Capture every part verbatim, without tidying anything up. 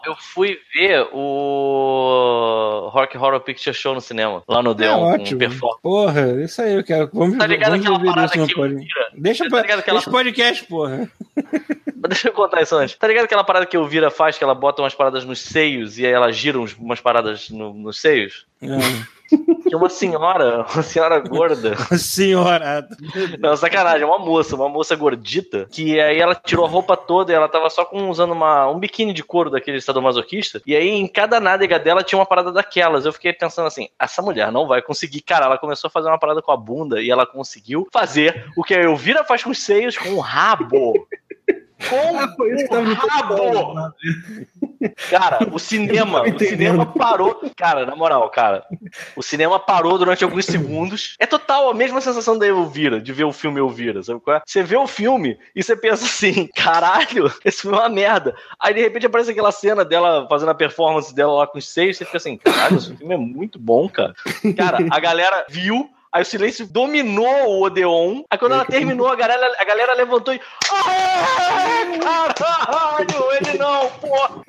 eu fui ver o Rock Horror Picture Show no cinema, lá no Deon, é com performance. Porra, isso aí eu quero. Vamos, tá ligado vamos aquela ver parada isso no que podcast. vira? Deixa, tá pra, ligado aquela... deixa o podcast, porra. Mas deixa eu contar isso antes. Tá ligado aquela parada que o Vira faz, que ela bota umas paradas nos seios e aí ela gira uns, umas paradas no, nos seios? É. Que uma senhora, uma senhora gorda. Uma senhora. Não, sacanagem, uma moça, uma moça gordita, que aí ela tirou a roupa toda e ela tava só com, usando uma, um biquíni de couro daquele sadomasoquista, e aí em cada nádega dela tinha uma parada daquelas. Eu fiquei pensando assim, essa mulher não vai conseguir. Cara, ela começou a fazer uma parada com a bunda e ela conseguiu fazer o que a Elvira faz com os seios com o rabo. Com ah, foi isso que o rabo! Cara, o cinema, o cinema parou. Cara, na moral, cara, o cinema parou durante alguns segundos. É total a mesma sensação da Elvira, de ver o filme Elvira, sabe qual é? Você vê o filme e você pensa assim, caralho, esse filme é uma merda. Aí de repente aparece aquela cena dela fazendo a performance dela lá com os seios, você fica assim, caralho, esse filme é muito bom, cara. Cara, a galera viu. Aí o silêncio dominou o Odeon. Aí quando ela terminou, a galera, a galera levantou e... Ah, caralho, ele não, pô!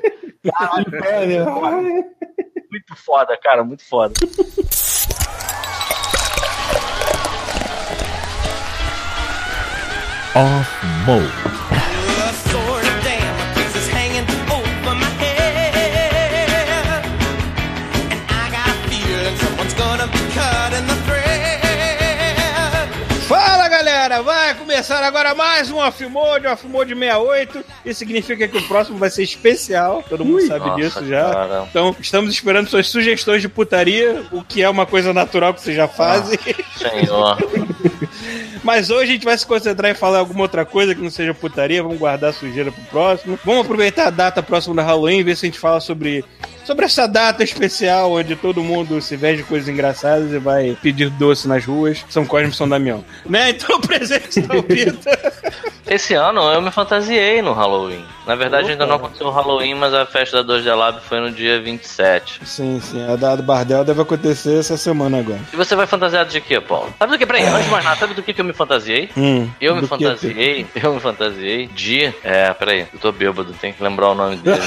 Caralho, muito foda, cara, muito foda. Off Mode. Fala galera, vai começar agora mais um Off Mode, Off Mode sessenta e oito. Isso significa que o próximo vai ser especial, todo mundo Ui, sabe nossa, disso já. Cara. Então estamos esperando suas sugestões de putaria, o que é uma coisa natural que vocês já fazem. Ah, senhor. Mas hoje a gente vai se concentrar em falar alguma outra coisa que não seja putaria, vamos guardar a sujeira pro próximo. Vamos aproveitar a data próxima da Halloween, ver se a gente fala sobre... Sobre essa data especial onde todo mundo se veste de coisas engraçadas e vai pedir doce nas ruas, São Cosme e São Damião. Né? Então o presente está o Pita. Esse ano eu me fantasiei no Halloween. Na verdade Opa. ainda não aconteceu o Halloween, mas a festa da dois D Lab foi no dia vinte e sete. Sim, sim. A da do Bardel deve acontecer essa semana agora. E você vai fantasiado de quê, Paulo? Sabe do que? Peraí, antes de mais nada, sabe do que, que eu me fantasiei? Hum, eu me fantasiei, que? eu me fantasiei de... É, peraí, eu tô bêbado, tem que lembrar o nome dele.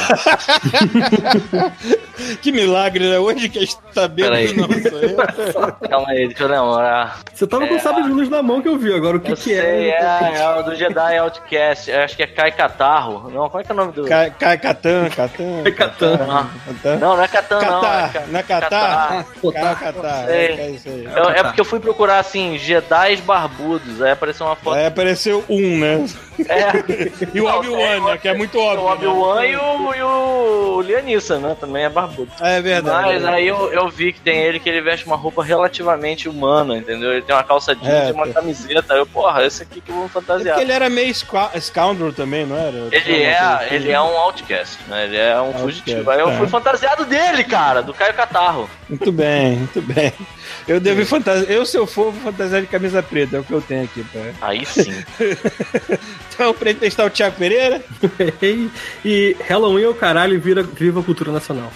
Que milagre, né? Hoje que a gente tá bêbado, não sou eu. Calma aí, deixa eu lembrar. Você tava é, com o sabre de luz na mão que eu vi, agora o que eu que sei, é? É, é o do Jedi Outcast, eu acho que é Kai Catarro. Não, qual é que é o nome do... Kai, Kai Catan, Catan. É Catan. Não, não, não é Catan, não. Catar, não é Catar? Catar. Catar, é isso aí. É porque eu fui procurar, assim, Jedi barbudos, aí apareceu uma foto... Aí apareceu um, né? É. E o Obi-Wan, né? Que é muito óbvio. O Obi-Wan né? e o, e o Lianissa, né? Também é barbudo. É verdade. Mas aí eu, eu vi que tem ele que ele veste uma roupa relativamente humana, entendeu? Ele tem uma calça jeans é, e uma camiseta. Eu, porra, esse aqui que eu vou fantasiar. É ele era meio scoundrel também, não era? Ele é, ele é um outcast, né? Ele é um outcast, fugitivo. Aí eu é. fui fantasiado dele, cara, do Caio Catarro. Muito bem, muito bem. Eu devo ir fantasiar. Eu, se eu for, vou fantasiar de camisa preta, é o que eu tenho aqui, pá. Aí sim. Então, pra gente testar o Thiago Pereira. E Halloween é o caralho e vira, viva a cultura nacional.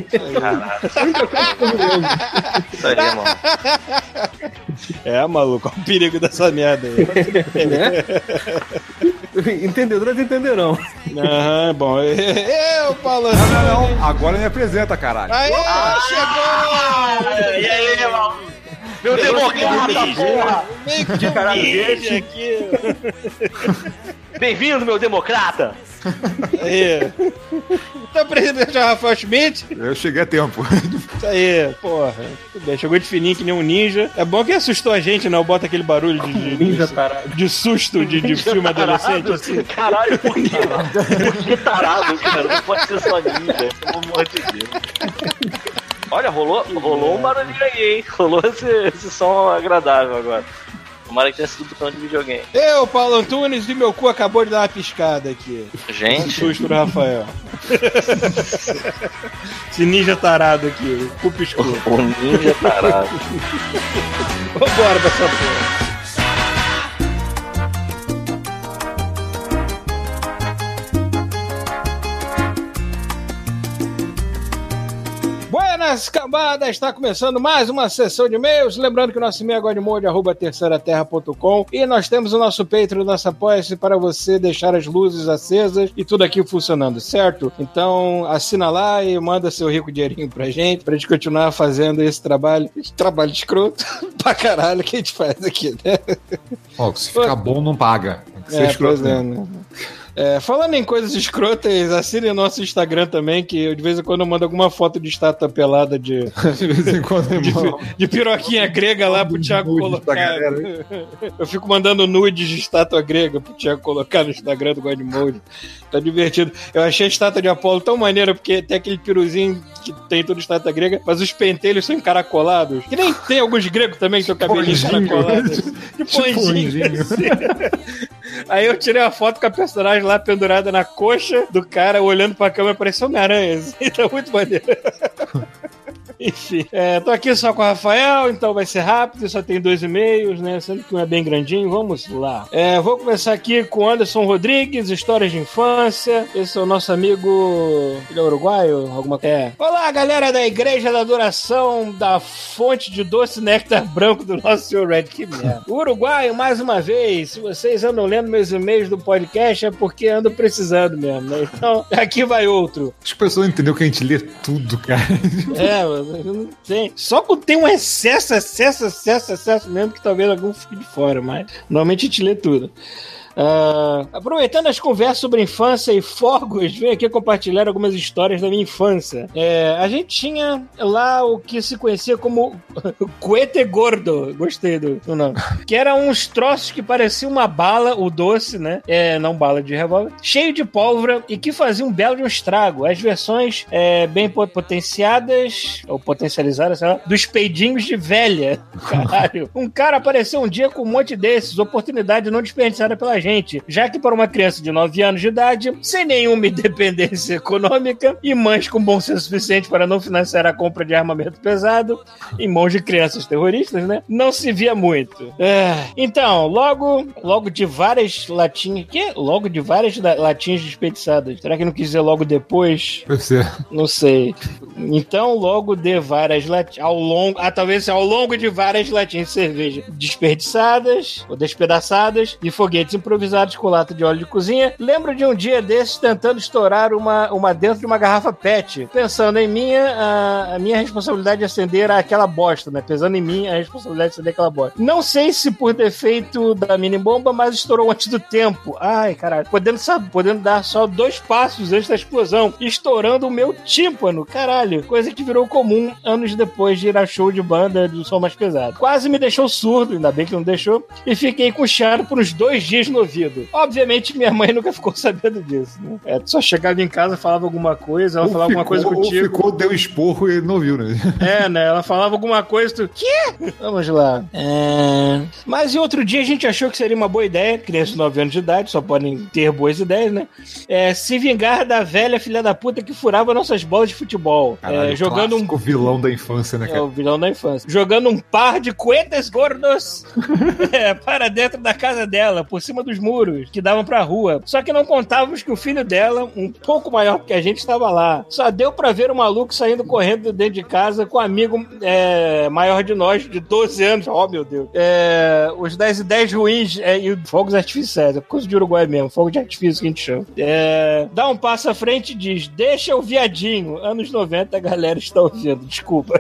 Isso aí, mano. É, maluco, olha o perigo dessa merda aí. É? Entendedores entenderão. Aham, bom. Eu, Paulo. Não, não, não. Agora me apresenta, caralho. Aí, ah, chegou! E aí, mano? Meu democrata, porra! Meio de caralho aqui. Bem-vindo, meu democrata! Aí. Tá apresentando o Rafael Schmidt? Eu cheguei a tempo. Isso aí, porra. Tudo bem, chegou de fininho que nem um ninja. É bom que assustou a gente, não? Bota aquele barulho de, de, ninja de, tarado. de susto de, de filme adolescente. Assim. Caralho, por que? Por que tarado, cara? Não pode ser só ninja, pelo amor de Deus. Olha, rolou, rolou um barulhinho aí, hein? Rolou esse, esse som agradável agora. Tomara que tenha sido botão de videogame. Eu, Paulo Antunes, e meu cu acabou de dar uma piscada aqui. Gente. Susto do Rafael. Esse ninja tarado aqui, o cu piscou. O ninja tarado. Vambora pra essa porra. Buenas, cambada! Está começando mais uma sessão de e-mails. Lembrando que o nosso e-mail é godmode arroba terceira terra ponto com e nós temos o nosso Patreon, nosso apoia-se para você deixar as luzes acesas e tudo aqui funcionando, certo? Então assina lá e manda seu rico dinheirinho pra gente, pra gente continuar fazendo esse trabalho, esse trabalho escroto pra caralho que a gente faz aqui, né? Ó, se ficar bom, não paga. Tem que ser É, escroto, pois é, né? né? É, falando em coisas escrotas, assine nosso Instagram também, que eu de vez em quando eu mando alguma foto de estátua pelada de, De vez em quando eu de, mando. de piroquinha grega lá pro Thiago Nudes colocar. pra galera. Eu fico mandando nudes de estátua grega pro Thiago colocar no Instagram do Godmode. Tá divertido. Eu achei a estátua de Apolo tão maneira, porque tem aquele piruzinho que tem toda estátua grega, mas os pentelhos são encaracolados. Que nem tem alguns gregos também que tem o cabelinho Ponginho. encaracolados. De Tipo ponjinho. ponjinho. Aí eu tirei uma foto com a personagem lá pendurada na coxa do cara, olhando pra câmera, parecia Homem-Aranha. Assim, tá muito maneiro. Enfim, é, tô aqui só com o Rafael, então vai ser rápido, só tem dois e-mails, né? Sendo que um é bem grandinho, vamos lá. É, vou começar aqui com o Anderson Rodrigues, histórias de infância. Esse é o nosso amigo. Ele é uruguaio? Alguma coisa? É. Olá, galera da Igreja da Adoração da Fonte de Doce Néctar Branco do Nosso Senhor Red. Que merda. O uruguaio, mais uma vez, se vocês andam lendo meus e-mails do podcast, é porque ando precisando mesmo, né? Então, aqui vai outro. As pessoas entenderam que a gente lê tudo, cara. É, mano. Não tem. Só quando tem um excesso, excesso, excesso, excesso mesmo, que talvez algum fique de fora, mas normalmente a gente lê tudo. Uh, aproveitando as conversas sobre infância e fogos, venho aqui compartilhar algumas histórias da minha infância. É, a gente tinha lá o que se conhecia como coete gordo, gostei do, do nome, que eram uns troços que pareciam uma bala, o doce, né? É, não bala de revólver, cheio de pólvora e que fazia um belo de um estrago. As versões é, bem potenciadas, ou potencializadas, sei lá, dos peidinhos de velha. Caralho. Um cara apareceu um dia com um monte desses, oportunidade não desperdiçada pela gente. Gente, já que para uma criança de nove anos de idade, sem nenhuma independência econômica e mães com bom senso suficiente para não financiar a compra de armamento pesado em mãos de crianças terroristas, né? Não se via muito. É. Então, logo, logo de várias latinhas... Que? Logo de várias latinhas desperdiçadas. Será que não quis dizer logo depois? Pode ser. Não sei. Então, logo de várias latinhas... Ao longo... Ah, talvez ao longo de várias latinhas de cerveja desperdiçadas ou despedaçadas e foguetes improvisados com lata de óleo de cozinha. Lembro de um dia desses tentando estourar uma, uma dentro de uma garrafa pet. Pensando em mim, a, a minha responsabilidade de acender aquela bosta, né? Pesando em mim a responsabilidade de acender aquela bosta. Não sei se por defeito da mini bomba, mas estourou antes do tempo. Ai, caralho. Podendo, sabe, podendo dar só dois passos antes da explosão. Estourando o meu tímpano. Caralho. Coisa que virou comum anos depois de ir a show de banda do som mais pesado. Quase me deixou surdo, ainda bem que não deixou, e fiquei com chiado por uns dois dias no ouvido. Obviamente, minha mãe nunca ficou sabendo disso, né? É, tu só chegava em casa, falava alguma coisa, ela Ou falava ficou, alguma coisa contigo. Ou ficou, deu esporro e ele não ouviu, né? É, né? Ela falava alguma coisa, tu... Quê? Vamos lá. É... Mas em outro dia a gente achou que seria uma boa ideia, crianças de nove anos de idade, só podem ter boas ideias, né? É, se vingar da velha filha da puta que furava nossas bolas de futebol. Caralho, é, jogando um... o vilão da infância, né, cara? É, o vilão da infância. Jogando um par de coetes gordos é, para dentro da casa dela, por cima dos muros, que davam pra rua. Só que não contávamos que o filho dela, um pouco maior que a gente, estava lá. Só deu pra ver o maluco saindo correndo dentro de casa com um amigo é, maior de nós, de doze anos. Oh, meu Deus. É, os dez e dez ruins é, e fogos artificiais. É coisa de Uruguai mesmo. Fogo de artifício que a gente chama. É, dá um passo à frente e diz: deixa o viadinho. Anos noventa, a galera está ouvindo. Desculpa.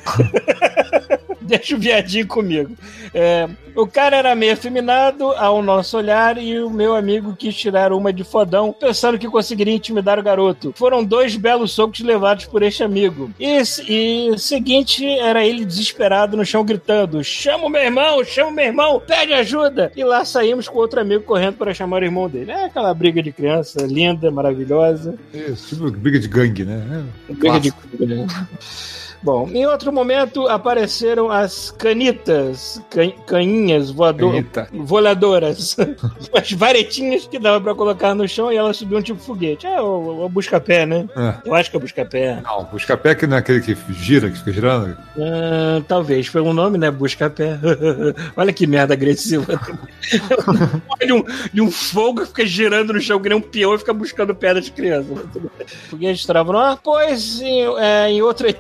Deixa o viadinho comigo. É, o cara era meio afeminado ao nosso olhar e o meu amigo quis tirar uma de fodão, pensando que conseguiria intimidar o garoto. Foram dois belos socos levados por este amigo. E, e o seguinte era ele desesperado no chão gritando: chama o meu irmão, chama o meu irmão, pede ajuda. E lá saímos com outro amigo correndo para chamar o irmão dele. É aquela briga de criança linda, maravilhosa. Isso, tipo briga de gangue, né? É briga de gangue. Bom, em outro momento apareceram as canitas, can, caninhas voador, voladoras, as varetinhas que dava pra colocar no chão e elas subiam tipo foguete. É o, o busca-pé, né? É. Eu acho que é o busca-pé. Não, busca-pé que não é aquele que gira, que fica girando? Ah, talvez, foi um nome, né? Busca-pé. Olha que merda agressiva. de, um, de um fogo que fica girando no chão que nem um peão e fica buscando pedra de criança. Foguete estourava no ar. Pois, em, é, em outra epifania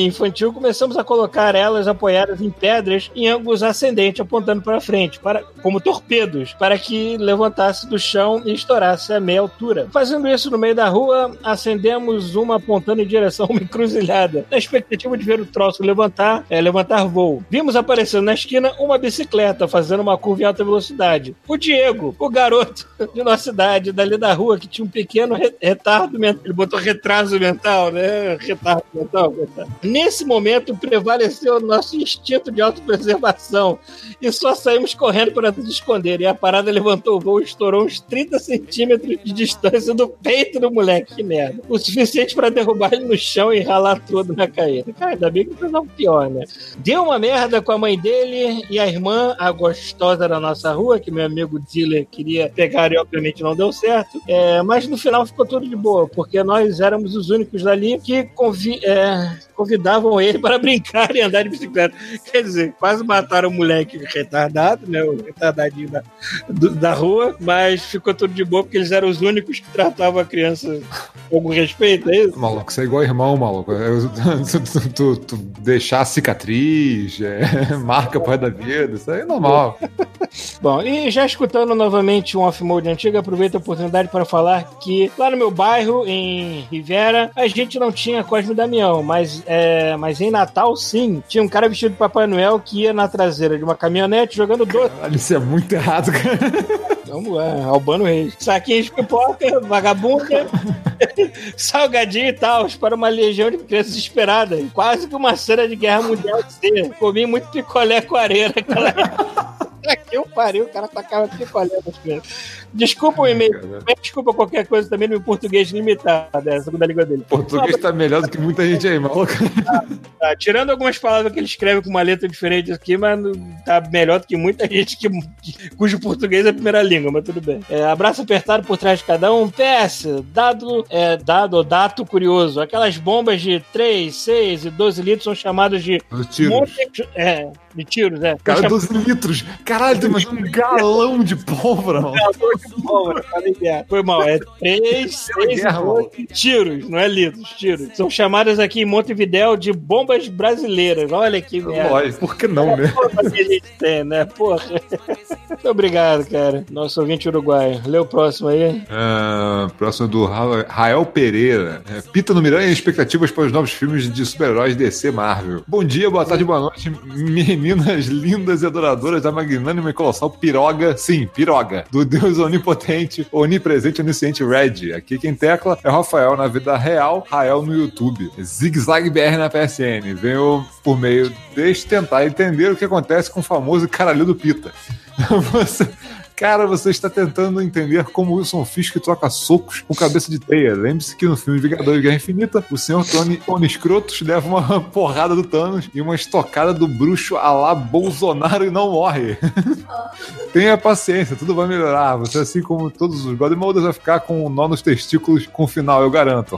infantil, começamos a colocar elas apoiadas em pedras em ângulos ascendentes, apontando para frente, para, como torpedos, para que levantasse do chão e estourasse a meia altura. Fazendo isso no meio da rua, acendemos uma apontando em direção a uma encruzilhada, na expectativa de ver o troço levantar, é, levantar voo. Vimos aparecendo na esquina uma bicicleta, fazendo uma curva em alta velocidade. O Diego, o garoto de nossa idade, dali da rua, que tinha um pequeno re- retardo mental. Ele botou retraso mental, né? Retardo mental. Retardo. Nesse momento, prevaleceu o nosso instinto de autopreservação e só saímos correndo para nos esconder. E a parada levantou o voo e estourou uns trinta centímetros de distância do peito do moleque. Que merda. O suficiente para derrubar ele no chão e ralar todo na caída. Cara, ainda bem que não foi pior, né? Deu uma merda com a mãe dele e a irmã, a gostosa da nossa rua, que meu amigo Ziller queria pegar e obviamente não deu certo. É, mas no final ficou tudo de boa, porque nós éramos os únicos dali que convi- é, convidavam ele para brincar e andar de bicicleta. Quer dizer, quase mataram o moleque retardado, né? O retardadinho da, do, da rua, mas ficou tudo de boa porque eles eram os únicos que tratavam a criança com algum respeito, é isso? Maluco, você é igual irmão, maluco. Tu, tu, tu, tu deixar cicatriz, é, marca pro resto da vida, isso aí é normal. Bom, e já escutando novamente um off-mode antigo, aproveito a oportunidade para falar que lá no meu bairro, em Rivera, a gente não tinha Cosme e Damião, mas, é, mas em Natal, sim, tinha um cara vestido de Papai Noel que ia na traseira de uma caminhonete jogando doce. Olha, isso é muito errado, cara. Vamos lá, Albano Reis. Saquinho de pipoca, vagabunda, salgadinho e tal, para uma legião de crianças desesperadas. Quase que uma cena de guerra mundial C. Comi muito picolé com areia naquela época. Aqui eu parei, o cara tacava picolé nas crianças. Desculpa o e-mail, desculpa qualquer coisa também no português limitado, é a segunda língua dele. O português tá melhor do que muita gente aí, maluco. Tá, tá, tirando algumas palavras que ele escreve com uma letra diferente aqui, mas tá melhor do que muita gente que, que, cujo português é a primeira língua, mas tudo bem. É, abraço apertado por trás de cada um. P S, dado, é, dado ou dato curioso, aquelas bombas de três, seis e doze litros são chamadas de... Tiros. Monte, é, de tiros, é. Cara, doze litros. Caralho, tem mais um galão de pólvora, mano. Foi mal, é três, seis e doze tiros, não é litros, tiros. São chamadas aqui em Montevidéu de bombas brasileiras. Olha que merda. Lógico, por que não, né? Porra que a gente tem, né? Porra. Muito obrigado, cara. Nosso ouvinte uruguaio. Lê o próximo aí. Uh, próximo é do Ra- Rael Pereira. É, Pita no Miranha, expectativas para os novos filmes de super-heróis D C Marvel. Bom dia, boa tarde, boa noite, meninas lindas e adoradoras da magnânima e colossal piroga, sim, piroga, do Deus onipotente, onipresente, onisciente Red. Aqui quem tecla é o Rafael na vida real, Rael no YouTube. Zig Zag B R na P S N. Venho por meio deste tentar entender o que acontece com o famoso caralho do Pita. Você... Cara, você está tentando entender como Wilson Fisk troca socos com cabeça de teia. Lembre-se que no filme Vingadores Guerra Infinita, o senhor Tony Oniscrotos leva uma porrada do Thanos e uma estocada do bruxo a lá Bolsonaro e não morre. Tenha paciência, tudo vai melhorar. Você, assim como todos os Godmothers, vai ficar com um nó nos testículos com o final, eu garanto.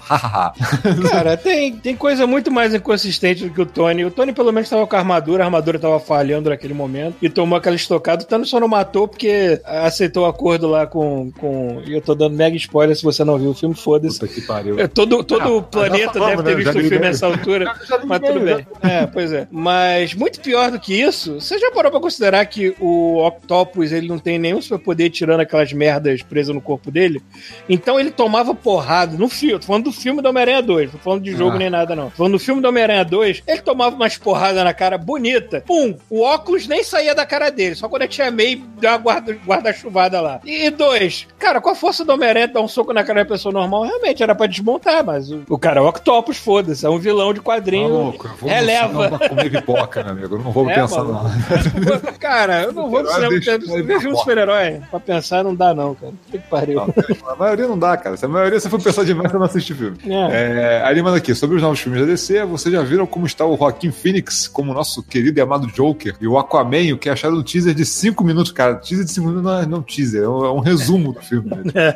Cara, tem, tem coisa muito mais inconsistente do que o Tony. O Tony pelo menos estava com a armadura, a armadura estava falhando naquele momento e tomou aquela estocada. O Thanos só não matou porque aceitou o acordo lá com, com... E eu tô dando mega spoiler se você não viu o filme, foda-se. Puta que pariu. É, todo todo ah, o planeta deve ter né? visto o filme nessa altura, mas tudo bem. Já. É, pois é. Mas muito pior do que isso, você já parou pra considerar que o Octopus, ele não tem nenhum superpoder tirando aquelas merdas presas no corpo dele? Então ele tomava porrada no filme. Tô falando do filme do Homem-Aranha dois, não tô falando de jogo ah. nem nada, não. Tô falando do filme do Homem-Aranha dois, ele tomava umas porradas na cara bonita. Um, o óculos nem saía da cara dele, só quando eu tinha meio deu uma guarda, guarda-chuvada lá. E dois, cara, com a força do Homem-Aranha dar um soco na cara da pessoa normal, realmente era pra desmontar, mas o, o cara é o Octopus, foda-se, é um vilão de quadrinho. Maluco, eu vou releva. Pra comer pipoca, meu amigo, eu não vou é, pensar não. Cara, eu não vou no cinema ver um super-herói. Pra pensar não dá não, cara. Que pariu. Não, a maioria não dá, cara. Se a maioria você for pensar demais, você não assiste filme. É. É, aí ele manda aqui, sobre os novos filmes da D C, vocês já viram como está o Joaquin Phoenix como nosso querido e amado Joker e o Aquaman, o que acharam no teaser de cinco minutos, cara. Teaser de cinco minutos não é, não é um teaser, é um, é um resumo do filme.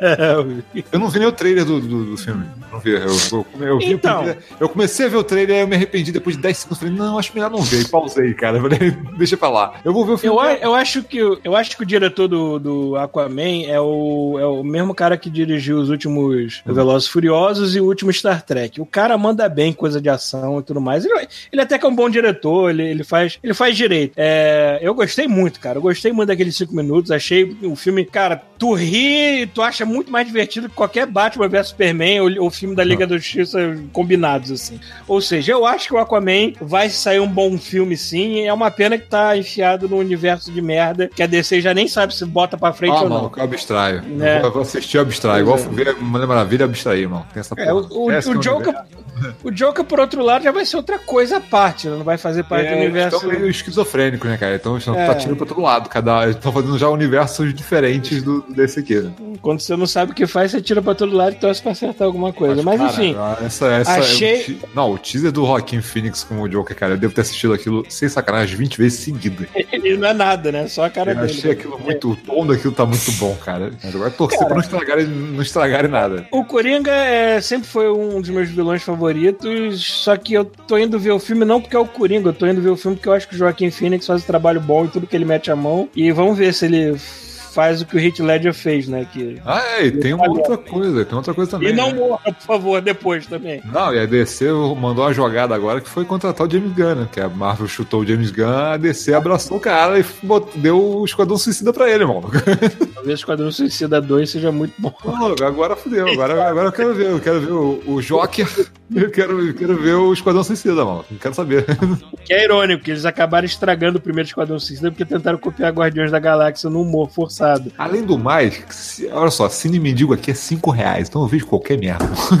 Eu não vi nem o trailer do, do, do filme. Não vi. Eu, eu, eu, vi então, primeiro, eu comecei a ver o trailer e eu me arrependi depois de dez segundos. Falei, não, acho melhor não ver. E pausei, cara. Falei, deixa pra lá. Eu vou ver o filme. Eu, eu, acho, que, eu acho que o diretor do, do Aquaman é o, é o mesmo cara que dirigiu os últimos uhum. Velozes e Furiosos e o último Star Trek. O cara manda bem coisa de ação e tudo mais. Ele, ele até que é um bom diretor, ele, ele, faz, ele faz direito. É, eu gostei muito, cara. Eu gostei muito daqueles cinco minutos. Achei o filme, cara, tu ri e tu acha muito mais divertido que qualquer Batman versus Superman ou o filme da Liga da Justiça combinados, assim. Ou seja, eu acho que o Aquaman vai sair um bom filme, sim. É uma pena que tá enfiado no universo de merda que a D C já nem sabe se bota pra frente ah, ou não. Ah, não. Que eu abstraio. É. Eu vou assistir, eu abstraio. Igual é. ver Mulher Maravilha, abstrair, irmão. Tem essa porra. É, o, o, o, Joker, o Joker, por outro lado, já vai ser outra coisa à parte, né? Não vai fazer parte é, do universo. Estão meio esquizofrênicos, né, cara? Então estão é. tá tirando pra todo lado. Cada... Estão fazendo já universos diferentes do, desse aqui, né? Quando você não sabe o que faz, você tira pra todo lado e torce pra acertar alguma coisa. Mas, Mas enfim. Cara, essa, essa achei... é o... Não, o teaser do Joaquin Phoenix com o Joker, cara, eu devo ter assistido aquilo, sem sacanagem, vinte vezes seguida. Ele não é nada, né? Só a cara eu dele. Eu achei aquilo muito... O tom daquilo tá muito bom, cara. Mas agora torcer cara, pra não estragarem, não estragarem nada. O Coringa é, sempre foi um dos meus vilões favoritos, só que eu tô indo ver o filme não porque é o Coringa, eu tô indo ver o filme porque eu acho que o Joaquin Phoenix faz um trabalho bom em tudo que ele mete a mão. E vamos ver se ele... faz o que o Heath Ledger fez, né? Que ah, é, e tem uma outra coisa, tem outra coisa também. E não né? morra, por favor, depois também. Não, e a D C mandou uma jogada agora que foi contratar o James Gunn, né? Que a Marvel chutou o James Gunn, a D C abraçou o cara e deu o Esquadrão Suicida pra ele, irmão. Talvez o Esquadrão Suicida dois seja muito bom. Pô, agora fudeu, agora, agora eu quero ver, eu quero ver o, o Joker, eu quero, eu quero ver o Esquadrão Suicida, mano. Não quero saber. Que é irônico, que eles acabaram estragando o primeiro Esquadrão Suicida porque tentaram copiar Guardiões da Galáxia no humor forçado. Além do mais, se, olha só, Cine Mendigo aqui é cinco reais, então eu vejo qualquer merda.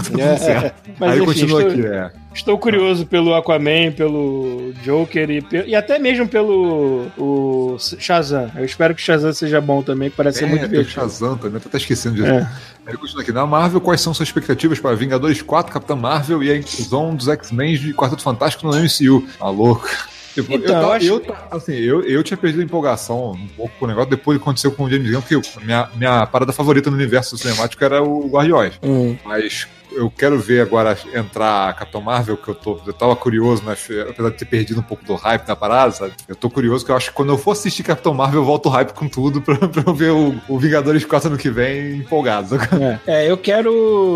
É, mas aí enfim, continua estou, aqui, é. Estou curioso pelo Aquaman, pelo Joker e, e até mesmo pelo o Shazam. Eu espero que o Shazam seja bom também, que parece é, ser muito divertido. Tem o Shazam também, tô até esquecendo disso. É. Aí continua aqui, na Marvel, quais são suas expectativas para Vingadores quatro, Capitã Marvel e a inclusão dos X-Men de Quarteto Fantástico no M C U? Tá louco. Tipo, então, eu, acho... eu, assim, eu, eu tinha perdido a empolgação um pouco com o negócio depois que aconteceu com o James Gunn, porque minha, minha parada favorita no universo cinemático era o Guardiões. Hum. Mas eu quero ver agora entrar a Capitão Marvel, que eu, tô, eu tava curioso, né? Apesar de ter perdido um pouco do hype da parada, sabe? Eu tô curioso, que eu acho que quando eu for assistir Capitão Marvel, eu volto o hype com tudo pra, pra eu ver o, o Vingadores quatro ano que vem empolgado. É, é, eu quero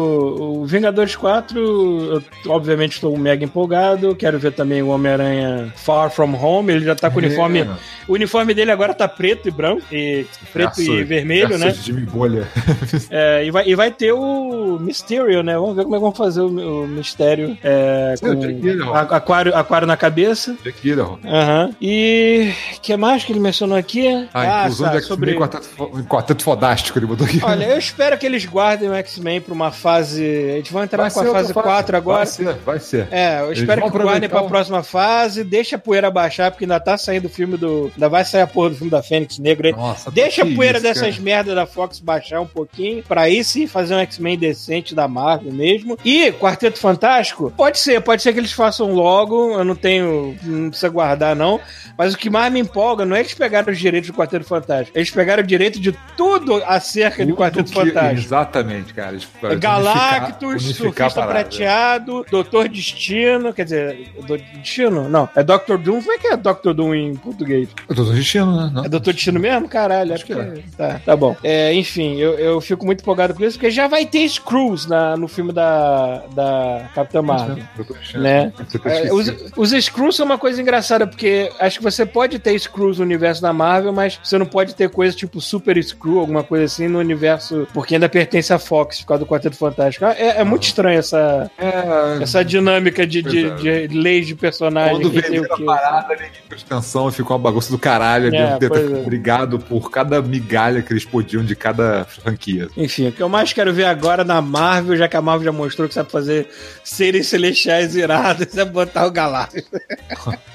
o Vingadores quatro, eu obviamente estou mega empolgado, eu quero ver também o Homem-Aranha Far From Home, ele já tá com o uniforme... É. O uniforme dele agora tá preto e branco, e preto Graças, e vermelho, né? De bolha. É, e, vai, e vai ter o Mysterio, né? Vamos ver como é que vão fazer o, o mistério é, com a, aquário, aquário na cabeça. Jack Gyllenhaal. Aham. E o que mais que ele mencionou aqui? Ah, inclusão ah, de X-Men sobre... quarteto, quarteto fodástico, ele botou aqui. Olha, eu espero que eles guardem o X-Men pra uma fase... Eles vão entrar vai com a fase quatro agora. Vai ser, vai ser. É, eu espero que guardem pra próxima fase, deixa a poeira baixar, porque ainda tá saindo o filme do... Ainda vai sair a porra do filme da Fênix Negra aí. Nossa, deixa a poeira isso, dessas cara. merdas da Fox baixar um pouquinho, pra aí sim fazer um X-Men decente da Marvel mesmo. E Quarteto Fantástico, pode ser, pode ser que eles façam logo, eu não tenho, não precisa guardar não, mas o que mais me empolga não é que eles pegaram os direitos do Quarteto Fantástico, eles pegaram o direito de tudo acerca tudo do Quarteto que, Fantástico. Exatamente, cara. Galactus, Surfista Prateado, Doutor Destino, quer dizer, Destino? Não, é Doctor Doom, como é que é Doctor Doom em português? É Doutor Destino, né? Não. É Doutor Destino mesmo? Caralho, acho, acho que é. Tá, tá bom. É, enfim, eu, eu fico muito empolgado com isso, porque já vai ter Skrulls na, no filme da, da Capitã Marvel. Né? É, os, os Skrulls são uma coisa engraçada, porque acho que você pode ter Skrulls no universo da Marvel, mas você não pode ter coisa tipo Super Skrull, alguma coisa assim, no universo, porque ainda pertence à Fox, por causa do Quarteto Fantástico. É, é muito estranho essa, é, essa dinâmica de, de, de, de leis de personagem. Quando veio a parada, ninguém prestou atenção, ficou uma bagunça do caralho. É, de ter é. Brigado por cada migalha que eles podiam de cada franquia. Enfim, o que eu mais quero ver agora na Marvel, já que a Marvel já mostrou que sabe fazer seres celestiais irados, é botar o Galactus.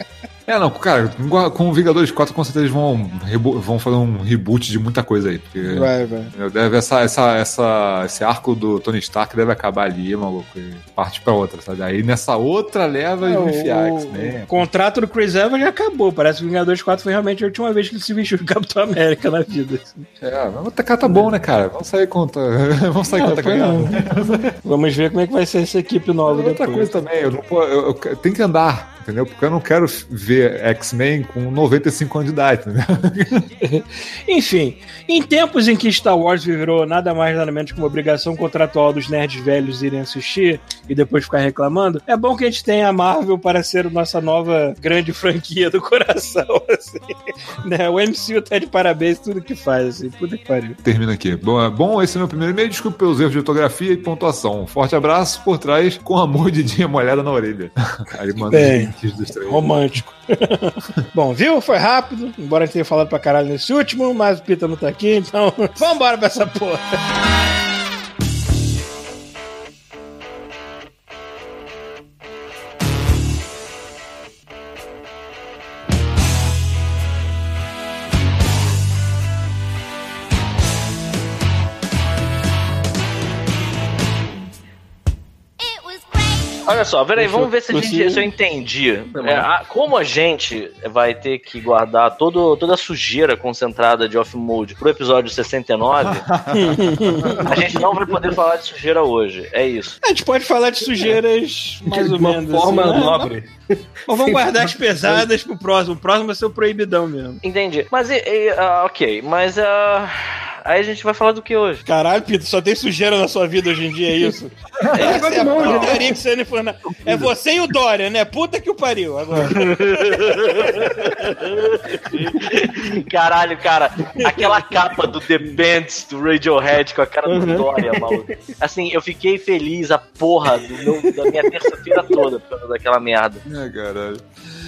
É, não, cara, com, com o Vingadores quatro com certeza eles vão, rebo- vão fazer um reboot de muita coisa aí. Porque, Vai, vai. Deve, essa, essa, essa, esse arco do Tony Stark deve acabar ali, maluco, e parte pra outra, sabe? Aí nessa outra leva eles vão enfiar, o, né? o contrato do Chris Evans já acabou. Parece que o Vingadores quatro foi realmente a última vez que ele se vestiu de Capitão América na vida. Assim. É, mas o cara tá bom, né, cara? Vamos sair contra. Vamos sair contra ganhando. Vamos ver como é que vai ser essa equipe nova. Outra depois. coisa também, eu não eu, eu, eu, tem que andar, entendeu? Porque eu não quero ver X-Men com noventa e cinco anos de idade, entendeu? Enfim, em tempos em que Star Wars virou nada mais nada menos que uma obrigação contratual dos nerds velhos irem assistir e depois ficar reclamando, é bom que a gente tenha a Marvel para ser a nossa nova grande franquia do coração, assim. Né? O M C U tá de parabéns tudo que faz, assim. Puta que pariu. Termina aqui. Bom, bom, esse é meu primeiro e-mail. Desculpe pelos erros de ortografia e pontuação. Um forte abraço por trás, com amor de dia molhada na orelha. Aí manda os links dos três. Romântico. Bom, viu? Foi rápido, embora a gente tenha falado pra caralho nesse último, mas o Pita não tá aqui, então vambora pra essa porra. Olha só, peraí, vamos ver se, a gente, se eu entendi. É, a, como a gente vai ter que guardar todo, toda a sujeira concentrada de off-mode pro episódio sessenta e nove, a gente não vai poder falar de sujeira hoje. É isso. A gente pode falar de sujeiras mais de ou uma menos. forma assim, nobre. Mas vamos guardar as pesadas pro próximo. O próximo vai ser o proibidão mesmo. Entendi. Mas, e, e, uh, ok, mas... Uh... Aí a gente vai falar do que hoje? Caralho, Pito, só tem sujeira na sua vida hoje em dia, é isso? Essa é a putaria que você não foi na... É você e o Dória, né? Puta que o pariu, agora. Caralho, cara, aquela capa do The Bands do Radiohead com a cara do Dória, maluco. Assim, eu fiquei feliz a porra do meu, da minha terça-feira toda por causa daquela merda. É, caralho.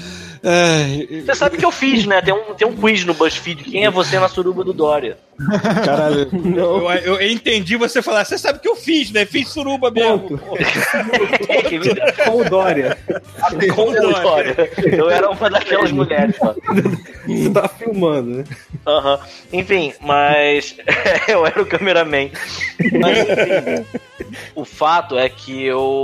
Você sabe que eu fiz, né? Tem um, tem um quiz no BuzzFeed. Quem é você na suruba do Dória? Caralho, eu, eu, eu entendi você falar. Você sabe que eu fiz, né? Fiz suruba mesmo. Com o Dória. Com o Dória. Eu era uma daquelas mulheres, mano. Você tá filmando, né? Aham. Uhum. Enfim, mas eu era o cameraman. Mas enfim, o fato é que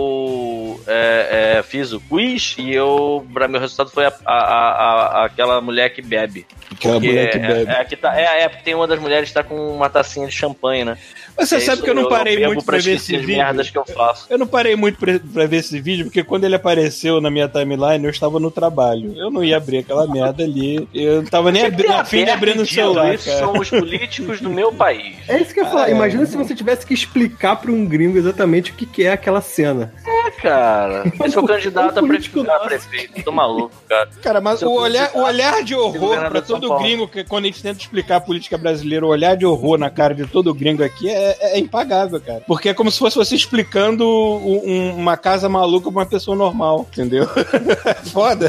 eu é, é, fiz o quiz e eu, pra meu resultado foi a, a, a, aquela mulher que bebe. Aquela mulher que bebe. É, é, que tá, é, é porque tem uma das mulheres que tá com uma tacinha de champanhe, né? Você é sabe isso, que eu não parei eu muito pra, pra ver esse vídeo. Merdas que eu faço. Eu não parei muito pra, pra ver esse vídeo, porque quando ele apareceu na minha timeline, eu estava no trabalho. Eu não ia abrir aquela merda ali. Eu não tava nem abri, a fim de abrir no celular. Isso são os políticos do meu país. É isso que eu ia falar. Ah, Imagina é. se você tivesse que explicar pra um gringo exatamente o que, que é aquela cena. É, cara. Eu sou candidato a prefeito. A prefeito. Tô maluco, cara. Cara, mas o olhar, o olhar de horror pra todo gringo, que quando a gente tenta explicar a política brasileira, o olhar de horror na cara de todo gringo aqui é, é impagável, cara. Porque é como se fosse você explicando um, uma casa maluca pra uma pessoa normal, entendeu? É foda.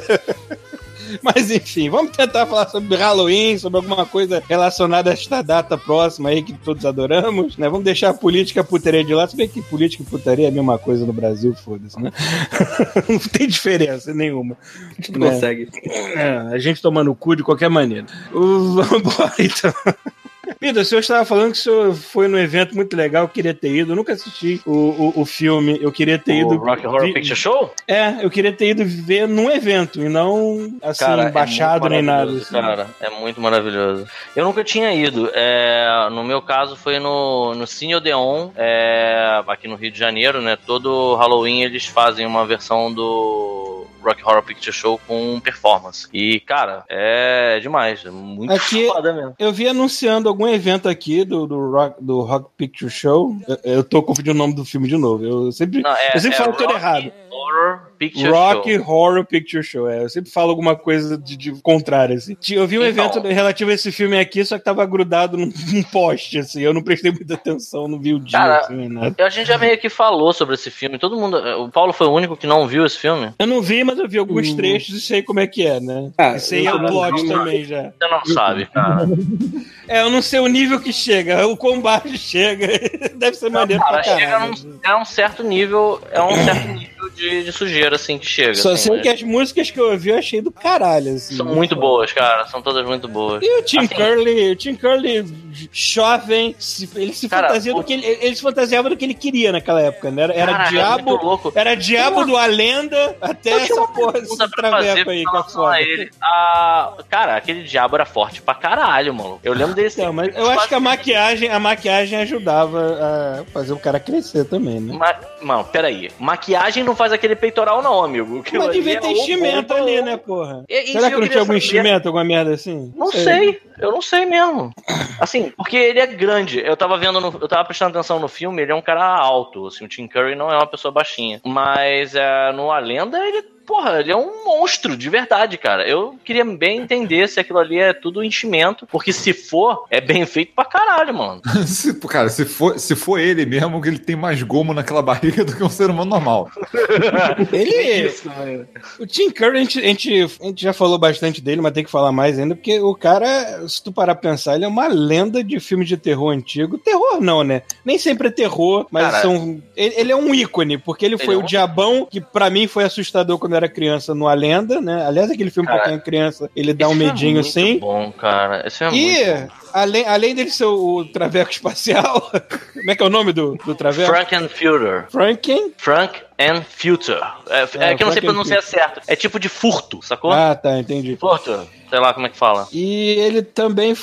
Mas enfim, vamos tentar falar sobre Halloween, sobre alguma coisa relacionada a esta data próxima aí que todos adoramos, né? Vamos deixar a política e a putaria de lado, se bem que política e putaria é a mesma coisa no Brasil, foda-se, né? Não tem diferença nenhuma. A gente né? consegue. É, a gente tomando o cu de qualquer maneira. Vamos embora, então. Pida, o senhor estava falando que o senhor foi num evento muito legal, eu queria ter ido, eu nunca assisti o, o, o filme, eu queria ter o ido... O Rock Horror vi... Picture Show? É, eu queria ter ido ver num evento, e não, assim, cara, baixado é nem nada. Assim. Cara, é muito maravilhoso. Eu nunca tinha ido, é, no meu caso foi no, no Cine Odeon, é, aqui no Rio de Janeiro, né, todo Halloween eles fazem uma versão do... Rock Horror Picture Show com performance. E, cara, é demais. É muito aqui, foda mesmo. Eu vi anunciando algum evento aqui do, do, rock, do Rock Picture Show. Eu, eu tô confundindo o nome do filme de novo. Eu sempre, Não, é, eu sempre é falo tudo errado. Horror Picture Rock Show. Horror Picture Show. É, eu sempre falo alguma coisa de, de contrário, assim. Eu vi um então, evento relativo a esse filme aqui, só que tava grudado num, num poste, assim. Eu não prestei muita atenção, não vi o dia. Cara, assim, nada. A gente já meio que falou sobre esse filme. Todo mundo... O Paulo foi o único que não viu esse filme? Eu não vi, mas eu vi alguns hum. trechos e sei como é que é, né? Ah, e sei o plot vi, também já. Você não sabe, cara. É, eu não sei o nível que chega, o combate chega. Deve ser maneiro cara, pra caralho. Chega num, é um certo nível, é um certo nível de de, de sujeira, assim, que chega. Só assim, sei mas... que as músicas que eu ouvi eu achei do caralho, assim. São muito boas, cara. São todas muito boas. E o Tim assim, Curley, o Tim Curley jovem, se, ele se cara, fantasia o... do que ele, ele se fantasiava do que ele queria naquela época, né? Era, era cara, diabo, é era diabo uma... do A Lenda até essa porra desse traveco aí, que é foda. Ele. Ah, cara, aquele diabo era forte pra caralho, mano. Eu lembro desse. Não, mas eu acho que a maquiagem, a maquiagem ajudava a fazer o cara crescer também, né? Ma... Mano, peraí. Maquiagem não faz aquele peitoral, não, amigo. Mas devia ter enchimento é ali, né, porra? E, Será que não tinha algum saber... enchimento, alguma merda assim? Não, não sei. sei. Eu não sei mesmo. Assim, porque ele é grande. Eu tava vendo, no... eu tava prestando atenção no filme, ele é um cara alto. Assim, o Tim Curry não é uma pessoa baixinha. Mas é, no A Lenda, ele porra, ele é um monstro, de verdade, cara. Eu queria bem entender se aquilo ali é tudo enchimento, porque se for, é bem feito pra caralho, mano. se, cara, se for, se for ele mesmo, que ele tem mais gomo naquela barriga do que um ser humano normal. ele... É isso, o Tim Curry, a gente, a, gente, a gente já falou bastante dele, mas tem que falar mais ainda, porque o cara, se tu parar pra pensar, ele é uma lenda de filme de terror antigo. Terror não, né? Nem sempre é terror, mas cara, são... Ele, ele é um ícone, porque ele, ele foi é um... o diabão, que pra mim foi assustador quando era criança no A Lenda, né? Aliás, aquele filme cara, pra quem é criança, ele dá um medinho assim. É muito bom, cara. Esse é e, muito bom. Além, além dele ser o, o traveco espacial, como é que é o nome do, do traveco? Frankenfuhrer. Franken? Frank and Future. É, é, é que eu não sei pronunciar certo. É tipo de furto, sacou? Ah, tá, entendi. Furto. Sei lá como é que fala. E ele também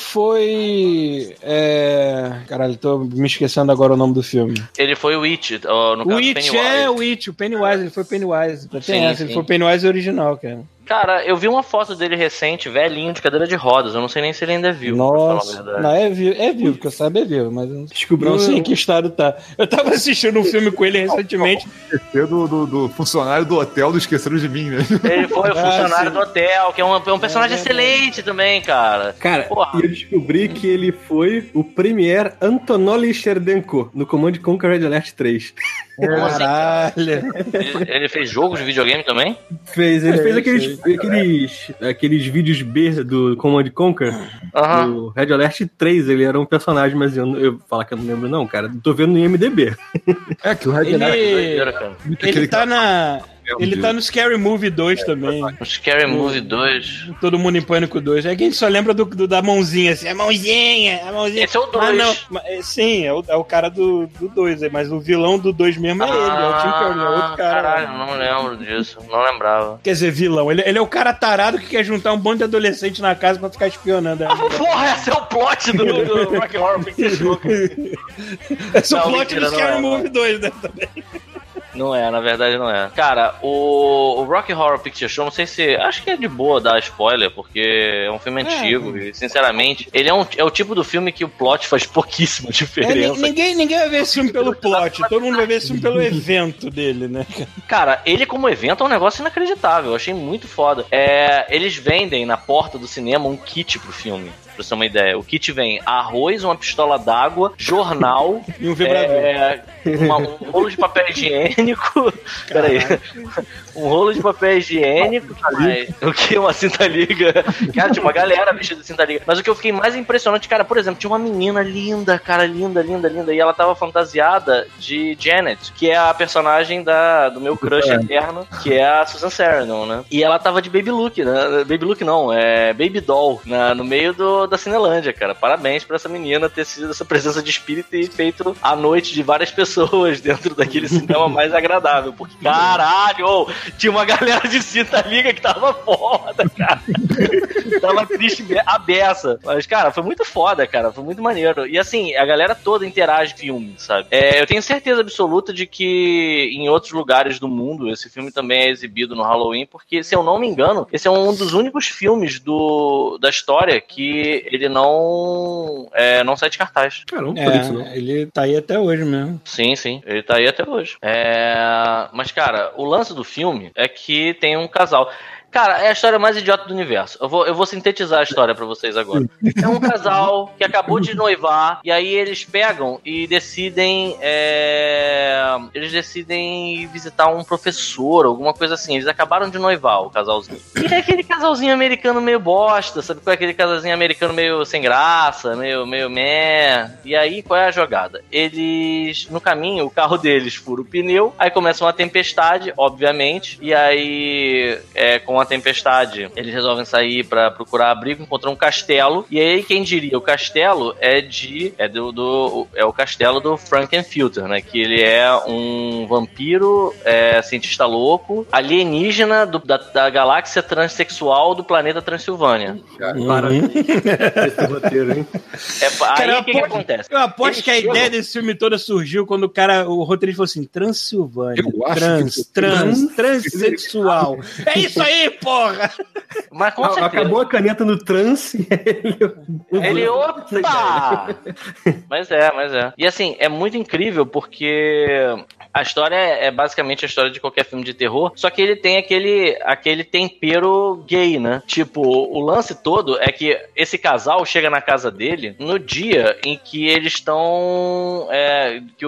foi... É... Caralho, tô me esquecendo agora o nome do filme. Ele foi o It, no caso It, Pennywise. é, o It, o Pennywise, ele foi Pennywise. Tem sim, essa, sim. Ele foi o Pennywise original, cara. Cara, eu vi uma foto dele recente, velhinho, de cadeira de rodas. Eu não sei nem se ele ainda é vivo. Nossa, não, é vivo, é vivo, que eu saiba é vivo, mas eu não, Descobriu não sei em que estado tá. Eu tava assistindo um filme com ele recentemente. Do, do, do funcionário do hotel do Esqueceram de Mim, né? Ele foi o funcionário ah, do hotel, que é um, é um personagem é, excelente também, cara. Cara, Porra. e eu descobri que ele foi o Premier Antonoli Sherdenko no Command Conquer Red Alert três. Caralho. Ele, ele fez jogos de videogame também? Fez, ele é, fez aqueles, aqueles, aqueles vídeos B do Command Conquer. Uhum. No Red Alert três, ele era um personagem, mas eu, eu falar que eu não lembro, não, cara. Tô vendo no I M D B. É, que o Red ele, Alert. Ele tá na. Ele tá no Scary Movie dois também. No Scary Movie dois. Todo Mundo em Pânico dois. É que a gente só lembra do, do da mãozinha, assim. A mãozinha, a mãozinha. Esse é o dois. Ah, não. Mas, sim, é o, é o cara do dois, mas o vilão do dois mesmo é ah, ele, é o Tim Curry, é outro cara. Caralho, não lembro disso. Não lembrava. Quer dizer, vilão. Ele, ele é o cara tarado que quer juntar um bando de adolescente na casa pra ficar espionando. Ah, porra, esse é o plot do, do Rocky Horror Picture Show. Esse é o plot do Scary é, Movie dois, né, também. Não é, na verdade não é. Cara, o, o Rocky Horror Picture Show, não sei se... Acho que é de boa dar spoiler, porque é um filme antigo é. e, sinceramente, ele é, um, é o tipo do filme que o plot faz pouquíssima diferença. É, ninguém, ninguém vai ver esse filme pelo plot, todo mundo vai ver esse filme pelo evento dele, né? Cara, ele como evento é um negócio inacreditável, eu achei muito foda. É, eles vendem na porta do cinema um kit pro filme. Pra você ter uma ideia. O kit vem arroz, uma pistola d'água, jornal e um vibrador. É, uma, um rolo de papel higiênico. Peraí. Um rolo de papel higiênico. Mas, o que? Uma cinta liga. Cara, tinha uma galera vestida de cinta liga. Mas o que eu fiquei mais impressionante, cara, por exemplo, tinha uma menina linda, cara, linda, linda, linda. E ela tava fantasiada de Janet, que é a personagem da, do meu crush é. eterno, que é a Susan Sarandon, né? E ela tava de baby look, né? Baby look não, é baby doll, né? No meio do da Cinelândia, cara. Parabéns pra essa menina ter sido essa presença de espírito e feito a noite de várias pessoas dentro daquele cinema mais agradável. Porque, caralho, tinha uma galera de cinta liga que tava foda, cara. Tava triste a beça. Mas, cara, foi muito foda, cara. Foi muito maneiro. E, assim, a galera toda interage com filme, sabe? É, eu tenho certeza absoluta de que em outros lugares do mundo esse filme também é exibido no Halloween, porque, se eu não me engano, esse é um dos únicos filmes do, da história que ele não é, não sai de cartaz. Caramba, é, isso não. Ele tá aí até hoje mesmo. Sim, sim, ele tá aí até hoje. É, mas, cara, o lance do filme é que tem um casal. Cara, é a história mais idiota do universo. Eu vou, eu vou sintetizar a história pra vocês agora. É um casal que acabou de noivar, e aí eles pegam e decidem... É... Eles decidem visitar um professor, alguma coisa assim. Eles acabaram de noivar, o casalzinho. E é aquele casalzinho americano meio bosta, sabe? Qual é aquele casalzinho americano meio sem graça, meio, meio meh. E aí, qual é a jogada? Eles, no caminho, o carro deles fura o pneu, aí começa uma tempestade, obviamente, e aí, é, com a tempestade, eles resolvem sair pra procurar abrigo, encontrar um castelo, e aí, quem diria? O castelo é de... é do... do é o castelo do Frankenfurter, né? Que ele é um vampiro, é, cientista louco, alienígena do, da, da galáxia transexual do planeta Transilvânia. Para esse roteiro, hein? É, aí Cara, o que, que acontece? Eu aposto Eles que a chegam- ideia desse filme todo surgiu quando o cara, o roteirista falou assim, Transilvânia, Eu acho trans, que- trans, transexual. É isso aí, porra! Mas com certeza. Acabou a caneta no trans e ele... Ele, opa! Mas é, mas é. E assim, é muito incrível porque a história é é basicamente a história de qualquer filme de terror, só que ele tem aquele, aquele tempero gay, né? Tipo, o lance todo é que esse casal chega na casa dele no dia em que eles estão... É, que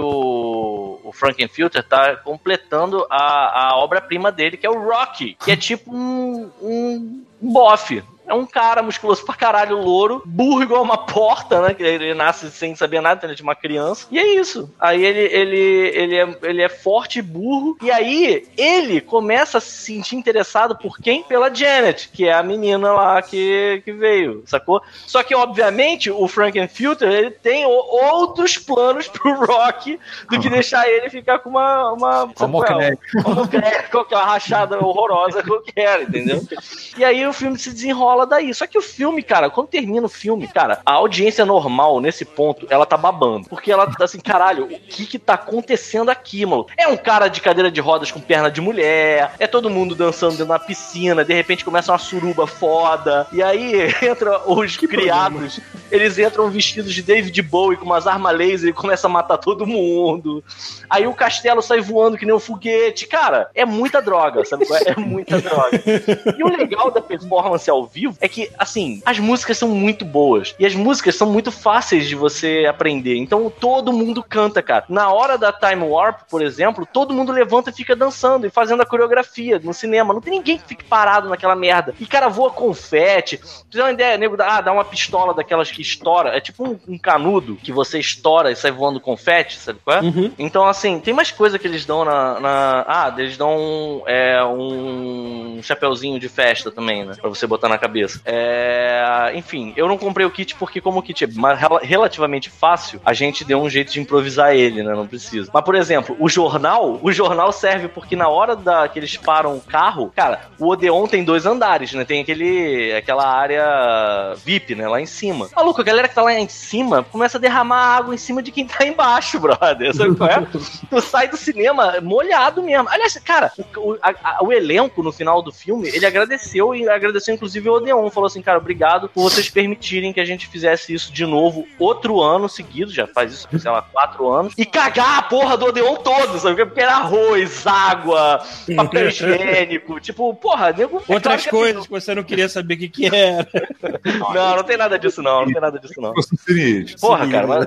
o, o Frankenfurter tá completando a, a obra-prima dele, que é o Rocky, que é tipo um, um bofe. É um cara musculoso pra caralho, louro, burro igual uma porta, né? Que ele nasce sem saber nada, ele é de uma criança. E é isso. Aí ele, ele, ele, é, ele é forte e burro. E aí ele começa a se sentir interessado por quem? Pela Janet, que é a menina lá que, que veio, sacou? Só que, obviamente, o Frankenfurter, ele tem o, outros planos pro Rocky do que deixar ele ficar com uma... Uma, Uma mocreca. uma mocreca, qualquer uma rachada horrorosa qualquer, entendeu? E aí o filme se desenrola daí. Só que o filme, cara, quando termina o filme, cara, a audiência normal, nesse ponto, ela tá babando. Porque ela tá assim, caralho, o que que tá acontecendo aqui, mano? É um cara de cadeira de rodas com perna de mulher, é todo mundo dançando dentro da piscina, de repente começa uma suruba foda, e aí entra os que criados, problema. Eles entram vestidos de David Bowie com umas armas laser e começam a matar todo mundo. Aí o castelo sai voando que nem um foguete. Cara, é muita droga, sabe? É muita droga. E o legal da performance ao vivo é que, assim, as músicas são muito boas. E as músicas são muito fáceis de você aprender. Então todo mundo canta, cara. Na hora da Time Warp, por exemplo, todo mundo levanta e fica dançando e fazendo a coreografia no cinema. Não tem ninguém que fique parado naquela merda. E, cara, voa confete. Tu tem uma ideia, nego, ah, dá uma pistola daquelas que estoura. É tipo um, um canudo que você estoura e sai voando confete, sabe qual é? Uhum. Então, assim, tem mais coisa que eles dão na... na... Ah, eles dão um, é, um chapeuzinho de festa também, né? Pra você botar na cabeça. É... Enfim, eu não comprei o kit porque como o kit é relativamente fácil, a gente deu um jeito de improvisar ele, né? Não precisa. Mas, por exemplo, o jornal, o jornal serve porque na hora da, que eles param o carro, cara, o Odeon tem dois andares, né? Tem aquele, aquela área V I P, né? Lá em cima. Maluco, a galera que tá lá em cima começa a derramar água em cima de quem tá embaixo, brother. Sabe qual é? Tu sai do cinema molhado mesmo. Aliás, cara, o, a, a, o elenco no final do filme, ele agradeceu e agradeceu inclusive o Odeon. Falou assim, cara, obrigado por vocês permitirem que a gente fizesse isso de novo outro ano seguido, já faz isso, sei lá, quatro anos, e cagar a porra do Odeon todo, sabe? Porque era arroz, água, papel higiênico, tipo, porra, nego... Outras é claro que coisas que você não queria saber o que que era. Não, não tem nada disso não, não tem nada disso não. Porra, cara, mas...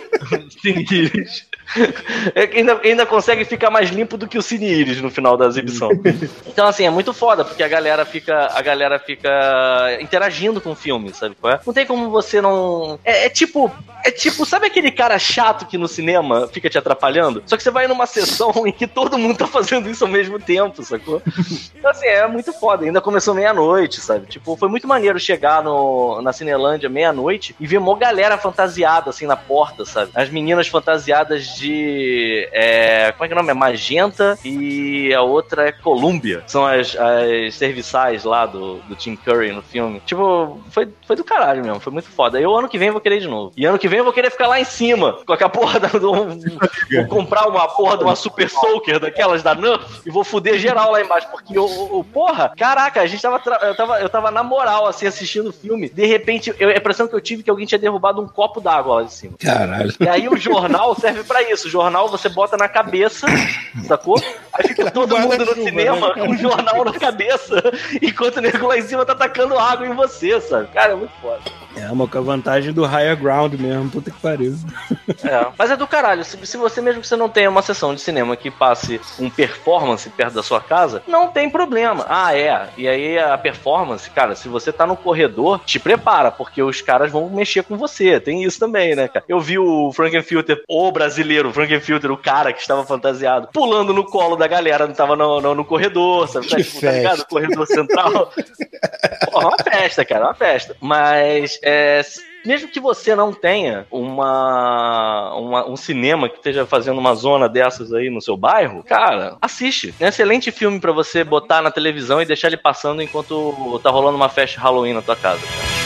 Cine-Iris. ainda, ainda consegue ficar mais limpo do que o Cine-Iris no final da exibição. Então, assim, é muito foda, porque a galera fica, a galera fica interagindo com o filme, sabe? Não tem como você não... É, é tipo... É tipo, sabe aquele cara chato que no cinema fica te atrapalhando? Só que você vai numa sessão em que todo mundo tá fazendo isso ao mesmo tempo, sacou? Então, assim, é muito foda. Ainda começou meia-noite, sabe? Tipo, foi muito maneiro chegar no, na Cinelândia meia-noite e ver uma galera fantasiada, assim, na porta, sabe? As meninas fantasiadas de... É, como é que é o nome? É Magenta e a outra é Columbia. São as, as serviçais lá do, do Tim Curry no filme. Tipo, foi, foi do caralho mesmo. Foi muito foda. Eu, ano que vem, vou querer ir de novo. E ano que vem eu vou querer ficar lá em cima, com a porra da, do, vou comprar uma porra de uma Super Soaker daquelas da Nerf e vou fuder geral lá embaixo, porque o, o porra, caraca, a gente tava, eu tava, eu tava na moral, assim, assistindo o filme, de repente, eu, a impressão que eu tive é que alguém tinha derrubado um copo d'água lá de cima. Caralho. E aí o jornal serve pra isso, o jornal você bota na cabeça, sacou? Aí fica todo mundo no cinema com o jornal na cabeça, enquanto o nego lá em cima tá tacando água em você, sabe? Cara, é muito foda. É, uma com a vantagem do higher ground mesmo, puta que pariu. É, mas é do caralho, se, se você, mesmo que você não tenha uma sessão de cinema que passe um performance perto da sua casa, não tem problema. Ah, é, e aí a performance, cara, se você tá no corredor, te prepara, porque os caras vão mexer com você, tem isso também, né, cara? Eu vi o Frankenfilter, o brasileiro, o Frankenfilter, o cara que estava fantasiado, pulando no colo da galera, não tava no, no, no corredor, sabe? Que tipo, tá ligado? Corredor central. Porra, uma festa, cara, uma festa. Mas, é, mesmo que você não tenha uma, uma, um cinema que esteja fazendo uma zona dessas aí no seu bairro, cara, assiste. É um excelente filme pra você botar na televisão e deixar ele passando enquanto tá rolando uma festa de Halloween na tua casa, cara.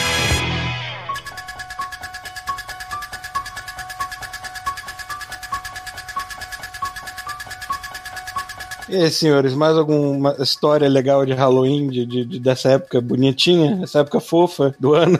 E aí, senhores, mais alguma história legal de Halloween, de, de, de, dessa época bonitinha, essa época fofa do ano?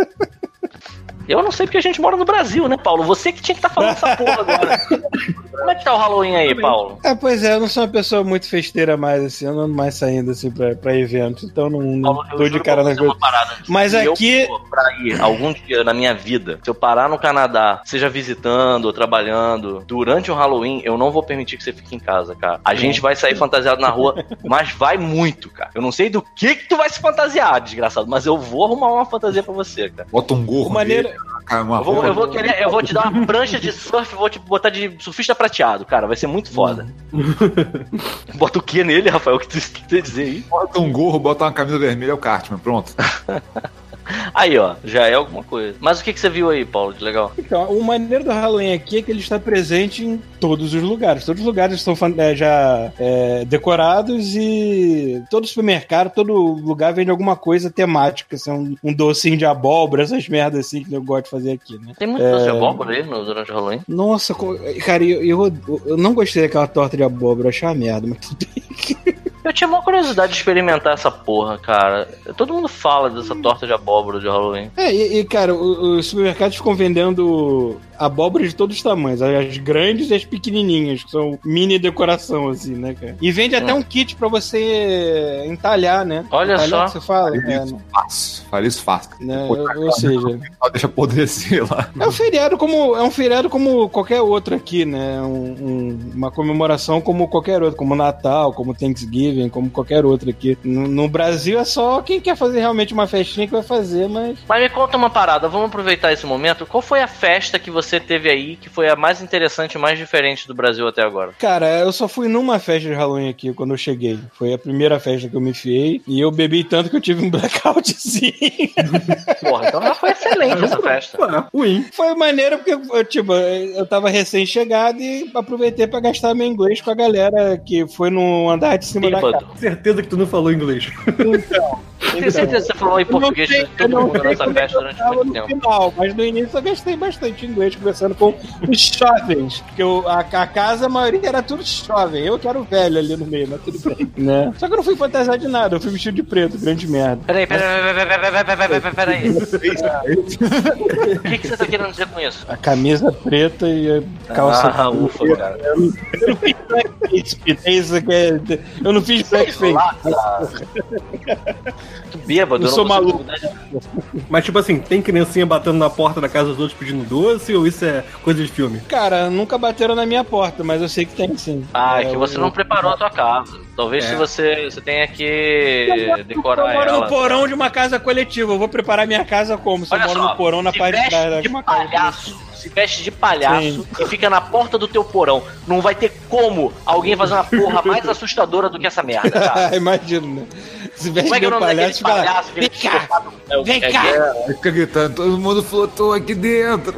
Eu não sei porque a gente mora no Brasil, né, Paulo? Você que tinha que estar tá falando essa porra agora. Como é que tá o Halloween aí, Paulo? É, pois é, eu não sou uma pessoa muito festeira mais, assim, eu não ando mais saindo, assim, pra, pra eventos, então não, não Paulo, tô de cara na coisa. Mas se aqui... eu for pra ir algum dia na minha vida, se eu parar no Canadá, seja visitando ou trabalhando, durante o Halloween, eu não vou permitir que você fique em casa, cara. A gente vai sair fantasiado na rua, mas vai muito, cara. Eu não sei do que que tu vai se fantasiar, desgraçado, mas eu vou arrumar uma fantasia pra você, cara. Bota um gorro. Maneira... Uma eu, vou, eu, vou querer, eu vou te dar uma prancha de surf e vou te botar de surfista prateado, cara. Vai ser muito foda. Bota o que nele, Rafael? O que tu quer dizer aí? Bota um gorro, bota uma camisa vermelha, é o Cartman, pronto. Aí, ó, já é alguma coisa. Mas o que, que você viu aí, Paulo, de legal? Então, o maneiro do Halloween aqui é que ele está presente em todos os lugares. Todos os lugares estão é, já é, decorados e todo supermercado, todo lugar vende alguma coisa temática, assim, um, um docinho de abóbora, essas merdas assim que eu gosto de fazer aqui, né? Tem muito é... doce de abóbora aí no, durante o Halloween? Nossa, cara, eu, eu, eu não gostei daquela torta de abóbora, eu achei uma merda, mas tudo bem. Eu tinha uma curiosidade de experimentar essa porra, cara. Todo mundo fala dessa torta de abóbora de Halloween. É, e, e cara, os, os supermercados ficam vendendo abóboras de todos os tamanhos, as grandes e as pequenininhas, que são mini decoração, assim, né, cara? E vende até hum. um kit pra você entalhar, né? Olha entalhar, só. Que você fala. Faria é, isso fácil. Faria isso fácil. Né? Ou, ou seja... Deixa apodrecer lá. É um feriado como, é um feriado como qualquer outro aqui, né? Um, um, uma comemoração como qualquer outro, como Natal, como Thanksgiving, como qualquer outro aqui. No, no Brasil é só quem quer fazer realmente uma festinha que vai fazer, mas... Mas me conta uma parada, vamos aproveitar esse momento. Qual foi a festa que você teve aí que foi a mais interessante e mais diferente do Brasil até agora? Cara, eu só fui numa festa de Halloween aqui quando eu cheguei. Foi a primeira festa que eu me enfiei e eu bebi tanto que eu tive um blackoutzinho. Porra, então já foi excelente essa festa. Win. Foi maneiro porque eu, tipo, eu tava recém-chegado e aproveitei pra gastar meu inglês com a galera que foi no andar de cima Bíbado. da casa. Certeza que tu não falou inglês. Então... Tenho certeza que você falou em português de todo mundo nessa festa durante muito tempo. Final, mas no início eu gastei bastante inglês conversando com os jovens, porque eu, a, a casa, a maioria era tudo jovem. Eu que era o velho ali no meio, mas tudo bem, né? Só que eu não fui fantasiado de nada, eu fui vestido de preto, grande merda. Peraí, peraí, peraí, peraí, peraí, peraí, peraí. O que, que você tá querendo dizer com isso? A camisa preta e a calça... Ah, ufa, cara. Eu não, eu não fiz blackface, é isso que é... Eu não fiz blackface. Tu bêbado, eu sou maluco. Mas tipo assim, tem criancinha batendo na porta da casa dos outros pedindo doce ou isso é coisa de filme? Cara, nunca bateram na minha porta, mas eu sei que tem sim. Ah, é é que você eu... não preparou a tua casa. Talvez é. se você, você tenha que decorar ela. Eu moro ela. no porão de uma casa coletiva. Eu vou preparar minha casa como? Se Olha eu moro só, no porão na parte de trás de uma palhaço. casa. Se veste de palhaço Sim. e fica na porta do teu porão. Não vai ter como alguém fazer uma porra mais assustadora do que essa merda, cara. Imagino, né? Se veste como é que é o de nome palhaço, daquele fala, palhaço? vem cá, é, vem é, cá. É, Fica gritando, todo mundo flutuou aqui dentro.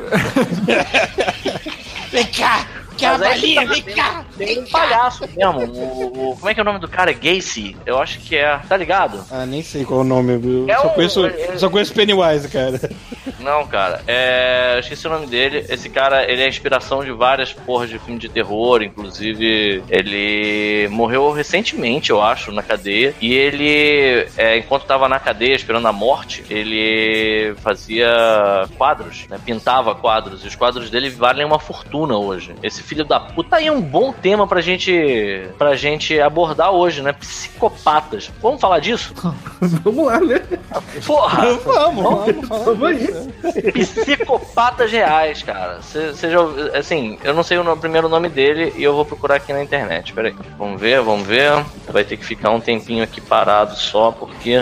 Vem cá. Que a balinha, vem cá! Tem um palhaço mesmo. O, o, como é que é o nome do cara? Gacy? Eu acho que é. Tá ligado? Ah, nem sei qual é o nome. Eu é só, um, conheço, é, só conheço Pennywise, cara. Não, cara, é... eu esqueci o nome dele. Esse cara, ele é a inspiração de várias porras de filme de terror, inclusive ele morreu recentemente, eu acho, na cadeia. E ele, é, enquanto tava na cadeia esperando a morte, ele fazia quadros, né? Pintava quadros. E os quadros dele valem uma fortuna hoje. Esse filho da puta aí é um bom tema pra gente, pra gente abordar hoje, né? Psicopatas. Vamos falar disso? Vamos lá, né? Porra! Vamos, vamos, vamos aí. Psicopatas reais, cara. Você já assim, eu não sei o primeiro nome dele e eu vou procurar aqui na internet. Peraí. Vamos ver, vamos ver. Vai ter que ficar um tempinho aqui parado só, porque...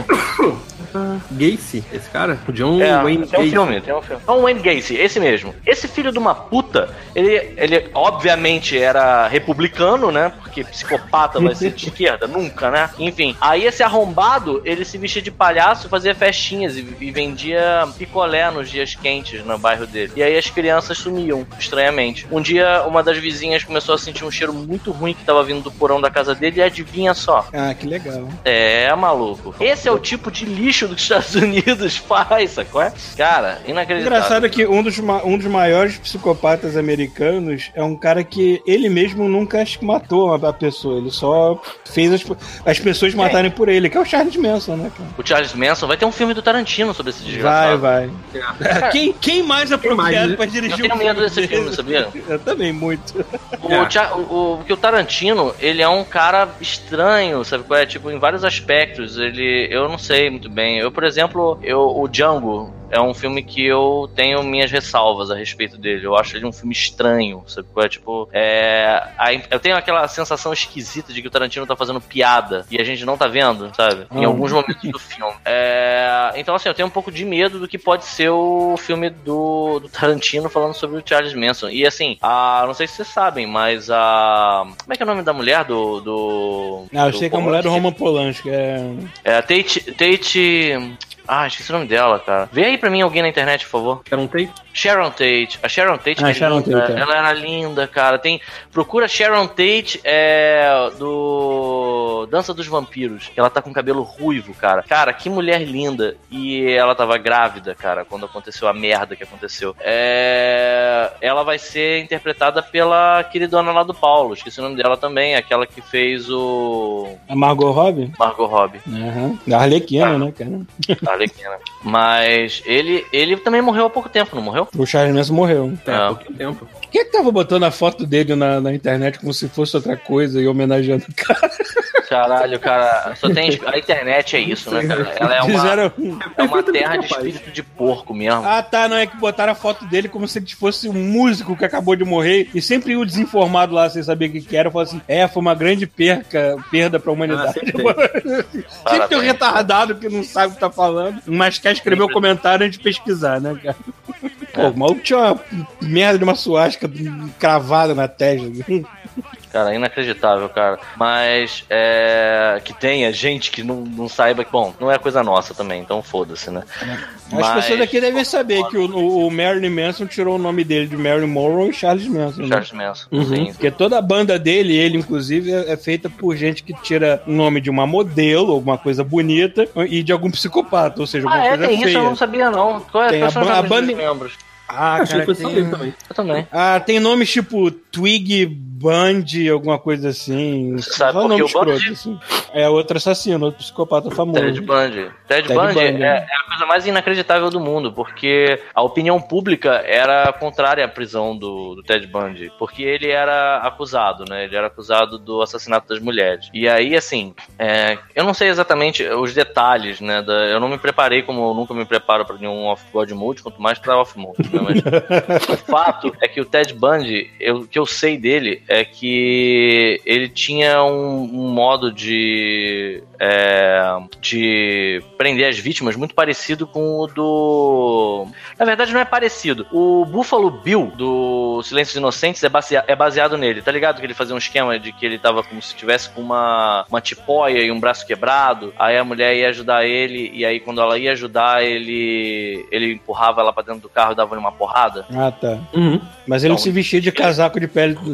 Gacy, esse cara? O John é, Wayne tem um Gacy. filme, tem um filme. John Wayne Gacy, esse mesmo. Esse filho de uma puta, ele, ele obviamente era republicano, né? Porque psicopata vai ser de esquerda? Nunca, né? Enfim, aí esse arrombado, ele se vestia de palhaço, fazia festinhas e, e vendia picolé nos dias quentes no bairro dele. E aí as crianças sumiam, estranhamente. Um dia, uma das vizinhas começou a sentir um cheiro muito ruim que tava vindo do porão da casa dele e adivinha só. Ah, que legal. É, maluco. Esse é o tipo de lixo do que os Estados Unidos faz, sacou? Cara, inacreditável. Engraçado que um dos, um dos maiores psicopatas americanos é um cara que ele mesmo nunca acho que matou a pessoa, ele só fez as, as pessoas matarem por ele, que é o Charles Manson, né, cara? O Charles Manson, vai ter um filme do Tarantino sobre esse desgraçado. Vai, vai. Cara, quem, quem mais apropriado mais, pra dirigir eu tenho um medo filme desse desse? filme, sabia? Eu também, muito. O, é. o, o, que o Tarantino, ele é um cara estranho, sabe qual é? Tipo, em vários aspectos, ele, eu não sei muito bem. Eu, por exemplo, eu, o Django é um filme que eu tenho minhas ressalvas a respeito dele. Eu acho ele um filme estranho, sabe qual é? Tipo, é, a, eu tenho aquela sensação esquisita de que o Tarantino tá fazendo piada e a gente não tá vendo, sabe? Em hum. alguns momentos do filme. É, então, assim, eu tenho um pouco de medo do que pode ser o filme do, do Tarantino falando sobre o Charles Manson. E, assim, a, não sei se vocês sabem, mas a... Como é que é o nome da mulher do... do ah, eu do sei que é a mulher do Roman Polanski. É, é a Tate... Tate... Ah, esqueci o nome dela, cara. Vê aí pra mim alguém na internet, por favor. Sharon Tate? Sharon Tate. A Sharon Tate ah, é Sharon linda. Tate, é. Ela era linda, cara. Tem... Procura Sharon Tate é... do Dança dos Vampiros. Ela tá com cabelo ruivo, cara. Cara, que mulher linda. E ela tava grávida, cara, quando aconteceu a merda que aconteceu. É... Ela vai ser interpretada pela queridona lá do Paulo. Esqueci o nome dela também. Aquela que fez o... A Margot Robbie? Margot Robbie. Uhum. A Arlequina, ah. né, cara? Arlequina. Mas ele, ele também morreu há pouco tempo, não morreu? O Charles Manson morreu. É, há pouco tempo. Quem é que tava botando a foto dele na, na internet como se fosse outra coisa e homenageando o cara? Caralho, cara, só tem... A internet é isso, né, cara? Ela é uma, Fizeram... é uma terra de espírito de porco mesmo. Ah, tá, não é que botaram a foto dele como se ele fosse um músico que acabou de morrer e sempre o desinformado lá, sem saber o que que era, falou assim, é, foi uma grande perca, perda pra humanidade. Ah, sempre sempre tem um retardado que não sabe o que tá falando, mas quer escrever o um comentário antes de pesquisar, né, cara? Pô, o maluco tinha uma merda de uma suástica cravada na testa. Cara, inacreditável, cara. Mas é, que tenha gente que não, não saiba que, bom, não é coisa nossa também, então foda-se, né? As Mas... pessoas daqui devem saber que o, o Marilyn Manson tirou o nome dele de Marilyn Monroe e Charles Manson. Charles né? Manson, uhum. sim. Porque toda a banda dele, ele inclusive, é, é feita por gente que tira o nome de uma modelo, alguma coisa bonita, e de algum psicopata, ou seja, alguma ah, é, coisa tem feia. isso, eu não sabia não. Qual é tem a, a, a banda... membros? Ah, ah, cara, que tem... eu também. Eu também. Ah, tem nomes tipo Twig Bundy, alguma coisa assim. Sabe Só porque nome o escroto, Bundy... assim. É outro assassino, outro psicopata famoso. Ted Bundy. Ted, Ted Bundy, Bundy. É, é a coisa mais inacreditável do mundo, porque a opinião pública era contrária à prisão do, do Ted Bundy, porque ele era acusado, né? Ele era acusado do assassinato das mulheres. E aí, assim, é, eu não sei exatamente os detalhes, né? Da, eu não me preparei como eu nunca me preparo para nenhum Off-God Mode, quanto mais para Off-Mode, né? Mas o fato é que o Ted Bundy, eu, o que eu sei dele é que ele tinha um, um modo de, é, de prender as vítimas muito parecido com o do... Na verdade não é parecido. O Buffalo Bill do Silêncios Inocentes é baseado, é baseado nele, tá ligado? Que ele fazia um esquema de que ele tava como se tivesse com uma, uma tipóia e um braço quebrado, aí a mulher ia ajudar ele, e aí quando ela ia ajudar ele, ele empurrava ela pra dentro do carro e dava-lhe uma porrada. Ah, tá. Uhum. Mas ele então, não se vestia de casaco de pele das mulheres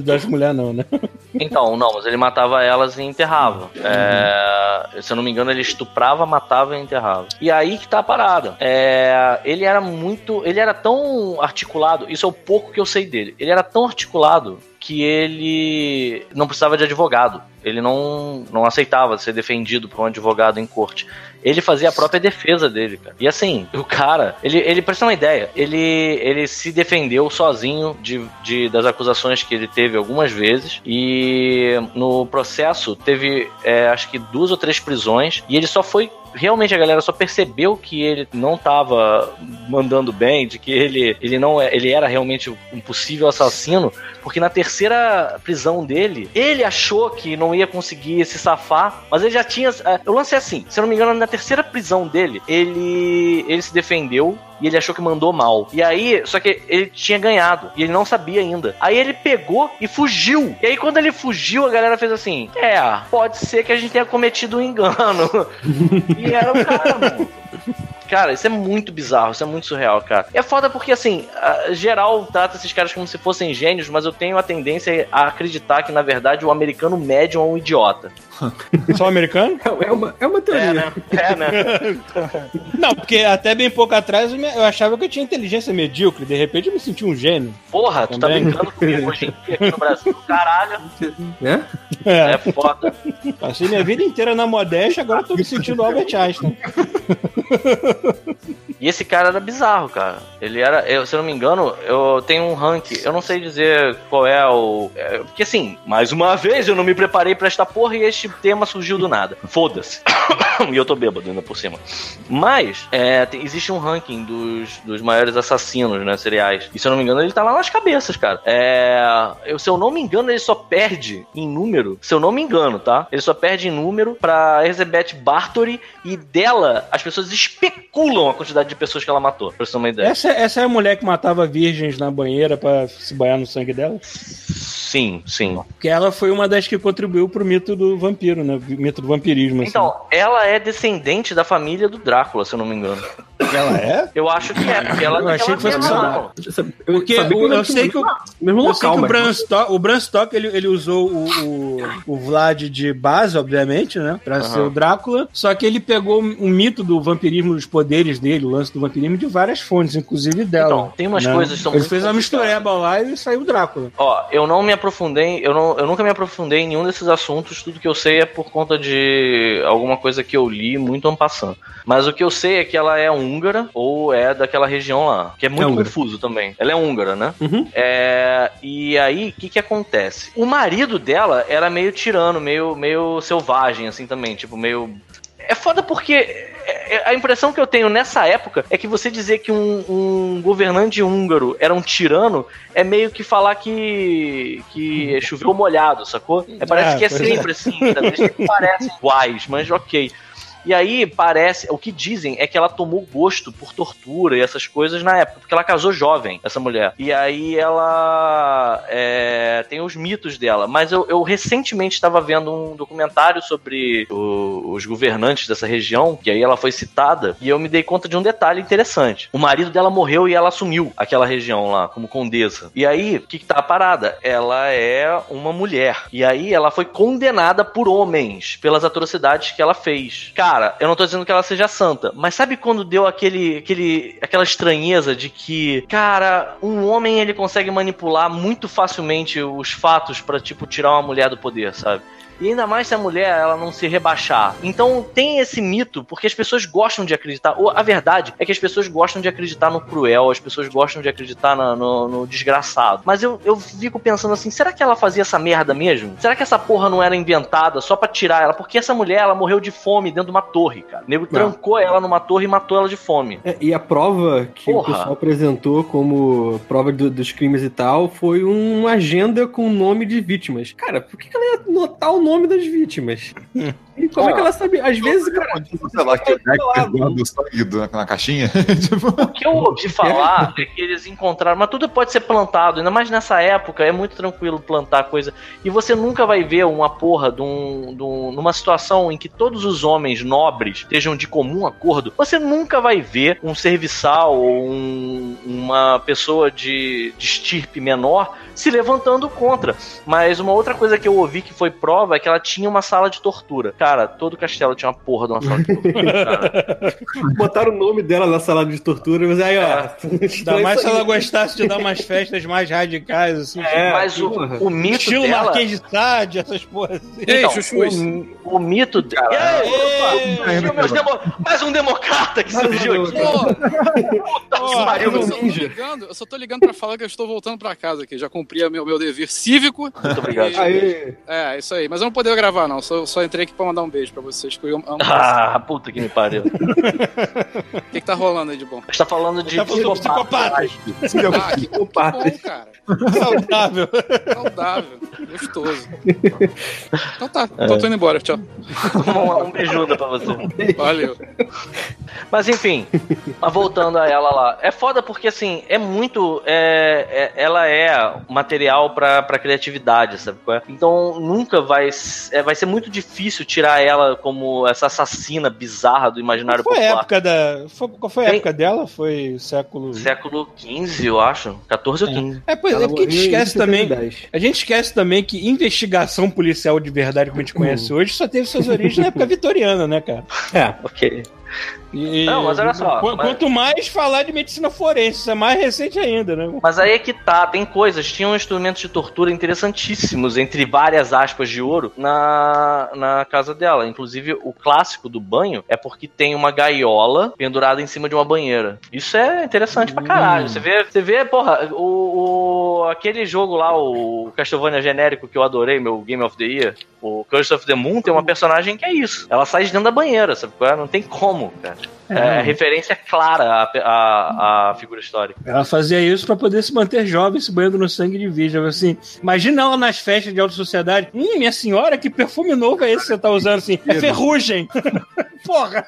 matar, não, né? Então, não, mas ele matava elas e enterrava. É, se eu não me engano, ele estuprava, matava e enterrava. E aí que tá a parada. É, ele era muito... Ele era tão articulado, isso é o pouco que eu sei dele. Ele era tão articulado que ele não precisava de advogado. Ele não, não aceitava ser defendido por um advogado em corte. Ele fazia a própria defesa dele, cara. E assim, o cara, ele, ele pra você ter uma ideia, ele, ele se defendeu sozinho de, de, das acusações que ele teve algumas vezes. E no processo teve, é, acho que duas ou três prisões. E ele só foi... Realmente a galera só percebeu que ele não tava mandando bem, de que ele, ele, não é, ele era realmente um possível assassino, porque na terceira prisão dele, ele achou que não ia conseguir se safar, mas ele já tinha... O lance é assim, se eu não me engano, na terceira prisão dele, ele, ele se defendeu e ele achou que mandou mal. E aí, só que ele tinha ganhado e ele não sabia ainda. Aí ele pegou e fugiu. E aí quando ele fugiu, a galera fez assim, é, pode ser que a gente tenha cometido um engano. E era o cara, mano. Cara, isso é muito bizarro, isso é muito surreal, cara. É foda porque, assim, a, geral trata esses caras como se fossem gênios, mas eu tenho a tendência a acreditar que, na verdade, o americano médium é um idiota. Só americano? É uma, é uma teoria. É, né? É, né? Não, porque até bem pouco atrás eu, me, eu achava que eu tinha inteligência medíocre. De repente eu me senti um gênio. Porra, tu também. tá brincando comigo hoje em dia aqui no Brasil, caralho. É? É, é foda. Passei minha vida inteira na modéstia, agora tô me sentindo Albert Einstein. E esse cara era bizarro, cara. Ele era, eu, se eu não me engano, eu tenho um ranking. Eu não sei dizer qual é o... É, porque assim, mais uma vez eu não me preparei pra esta porra e este tema surgiu do nada. Foda-se. E eu tô bêbado ainda por cima. Mas, é, tem, existe um ranking dos, dos maiores assassinos, né, seriais. E se eu não me engano, ele tá lá nas cabeças, cara. É, eu, se eu não me engano, ele só perde em número. Se eu não me engano, tá? Ele só perde em número pra Elizabeth Bathory. E dela, as pessoas especulam a quantidade de pessoas que ela matou, pra você ter uma ideia. Essa, essa é a mulher que matava virgens na banheira pra se banhar no sangue dela? Sim, sim. Porque ela foi uma das que contribuiu pro mito do vampiro, né? O mito do vampirismo. Então, assim. ela é descendente da família do Drácula, se eu não me engano. Ela é? Eu acho que é, porque ela Eu achei que fosse mesma, só- não. Porque sabia o- que eu sei que o, mesmo eu sei local, que o mas- Bram Stoker, o Bram Stoker ele, ele usou o, o, o Vlad de base, obviamente, né? Pra ser o Drácula. Só que ele pegou o mito do vampirismo, dos poderes dele, o lance do vampirismo, de várias fontes, inclusive dela. Então, tem umas né? coisas que são Ele muito fez uma complicadas. mistureba lá e saiu o Drácula. Ó, eu não me aprofundei, eu, não, eu nunca me aprofundei em nenhum desses assuntos, tudo que eu sei é por conta de alguma coisa que eu li muito en passant. Mas o que eu sei é que ela é húngara, ou é daquela região lá, que é muito É húngara. confuso também. Ela é húngara, né? Uhum. É, e aí, o que que acontece? O marido dela era meio tirano, meio, meio selvagem, assim também, tipo, meio... É foda porque a impressão que eu tenho nessa época é que você dizer que um, um governante húngaro era um tirano é meio que falar que, que choveu molhado, sacou? É, parece Ah, que é pois sempre assim, tá? Eles sempre parecem iguais, mas ok. E aí parece, o que dizem é que ela tomou gosto por tortura e essas coisas na época, porque ela casou jovem, essa mulher. E aí ela é, tem os mitos dela, mas eu, eu recentemente estava vendo um documentário sobre o, os governantes dessa região, que aí ela foi citada, e eu me dei conta de um detalhe interessante. O marido dela morreu e ela assumiu aquela região lá, como condessa. E aí, o que que tá a parada? Ela é uma mulher. E aí ela foi condenada por homens, pelas atrocidades que ela fez. Cara, eu não tô dizendo que ela seja santa, mas sabe quando deu aquele, aquele, aquela estranheza de que, cara, um homem ele consegue manipular muito facilmente os fatos pra, tipo, tirar uma mulher do poder, sabe? E ainda mais se a mulher ela não se rebaixar. Então tem esse mito, porque as pessoas gostam de acreditar. Ou a verdade é que as pessoas gostam de acreditar no cruel, as pessoas gostam de acreditar na, no, no desgraçado. Mas eu, eu fico pensando assim, será que ela fazia essa merda mesmo? Será que essa porra não era inventada só pra tirar ela? Porque essa mulher, ela morreu de fome dentro de uma torre, cara. O nego trancou ela numa torre e matou ela de fome. É, e a prova que Porra. o pessoal apresentou como prova do- dos crimes e tal foi uma agenda com o nome de vítimas. Cara, por que que ela ia notar o nome das vítimas? E como Bom, é que ela sabe? Às vezes, cara... Sei lá, que é do sangue do- na caixinha. Tipo, O que eu ouvi falar é que eles encontraram, mas tudo pode ser plantado, ainda mais nessa época, é muito tranquilo plantar coisa. E você nunca vai ver uma porra de um, de um, numa situação em que todos os homens nobres estejam de comum acordo, você nunca vai ver um serviçal ou um, uma pessoa de, de estirpe menor se levantando contra. Mas uma outra coisa que eu ouvi que foi prova é que ela tinha uma sala de tortura. Cara, todo castelo tinha uma porra de uma sala de tortura. Cara. Botaram o nome dela na sala de tortura, mas aí, ó... Ainda mais se ela gostasse de dar umas festas mais radicais, assim. É, Mas o, o mito Estilo dela... Marquês de Sade, essas porras assim. Ei, Então, chuchus. o, o mito dela... Surgiu meus demo- mais um democrata que surgiu aqui. Pô, Puta que pariu, eu, só tô ninja. ligando, eu só tô ligando pra falar que eu estou voltando pra casa aqui. Já cumpri meu, meu dever cívico. Muito obrigado. E- Aí, É, isso aí. Mas eu não poderia gravar, não. Só, só entrei aqui pra mandar um beijo pra vocês. Que eu amo vocês. Ah, puta que me pariu. O que, que tá rolando aí de bom? A gente tá falando de Tá falando de psicopatas. Ah, que, que bom, cara. Saudável. Saudável. Gostoso. Então tá. Então tô indo embora. Tchau. um, um beijuda pra você. Valeu. Mas enfim, mas voltando a ela lá. É foda porque, assim, é muito... É, é- ela é material pra, pra criatividade, sabe? qual é? Então nunca vai... s- é, vai ser muito difícil tirar ela como essa assassina bizarra do imaginário Qual foi a popular. época da. foi- qual foi a Tem- época dela? Foi século. Século quinze, eu acho. quatorze ou quinze. É, pois é, ela porque a gente morreu em esquece também. setenta e dez. A gente esquece também que investigação policial de verdade, como a gente conhece hoje, só teve suas origens na época vitoriana, né, cara? É, Ok. E- Não, mas olha só, qu- mas- Quanto mais falar de medicina forense, isso é mais recente ainda, né? Mas aí é que tá, tem coisas, tinham instrumentos de tortura interessantíssimos, entre várias aspas de ouro, na, na casa dela. Inclusive, o clássico do banho é porque tem uma gaiola pendurada em cima de uma banheira. Isso é interessante pra caralho. Você vê, você vê, porra, o, o- aquele jogo lá, o Castlevania genérico que eu adorei, meu Game of the Year, o Curse of the Moon, tem uma personagem que é isso. Ela sai de dentro da banheira, sabe? Não tem como, cara. É, referência clara à, à, à figura histórica. Ela fazia isso pra poder se manter jovem, se banhando no sangue de virgem. Assim, imagina ela nas festas de alta sociedade. Hum, minha senhora, que perfume novo é esse que você tá usando? Assim, é ferrugem. Porra.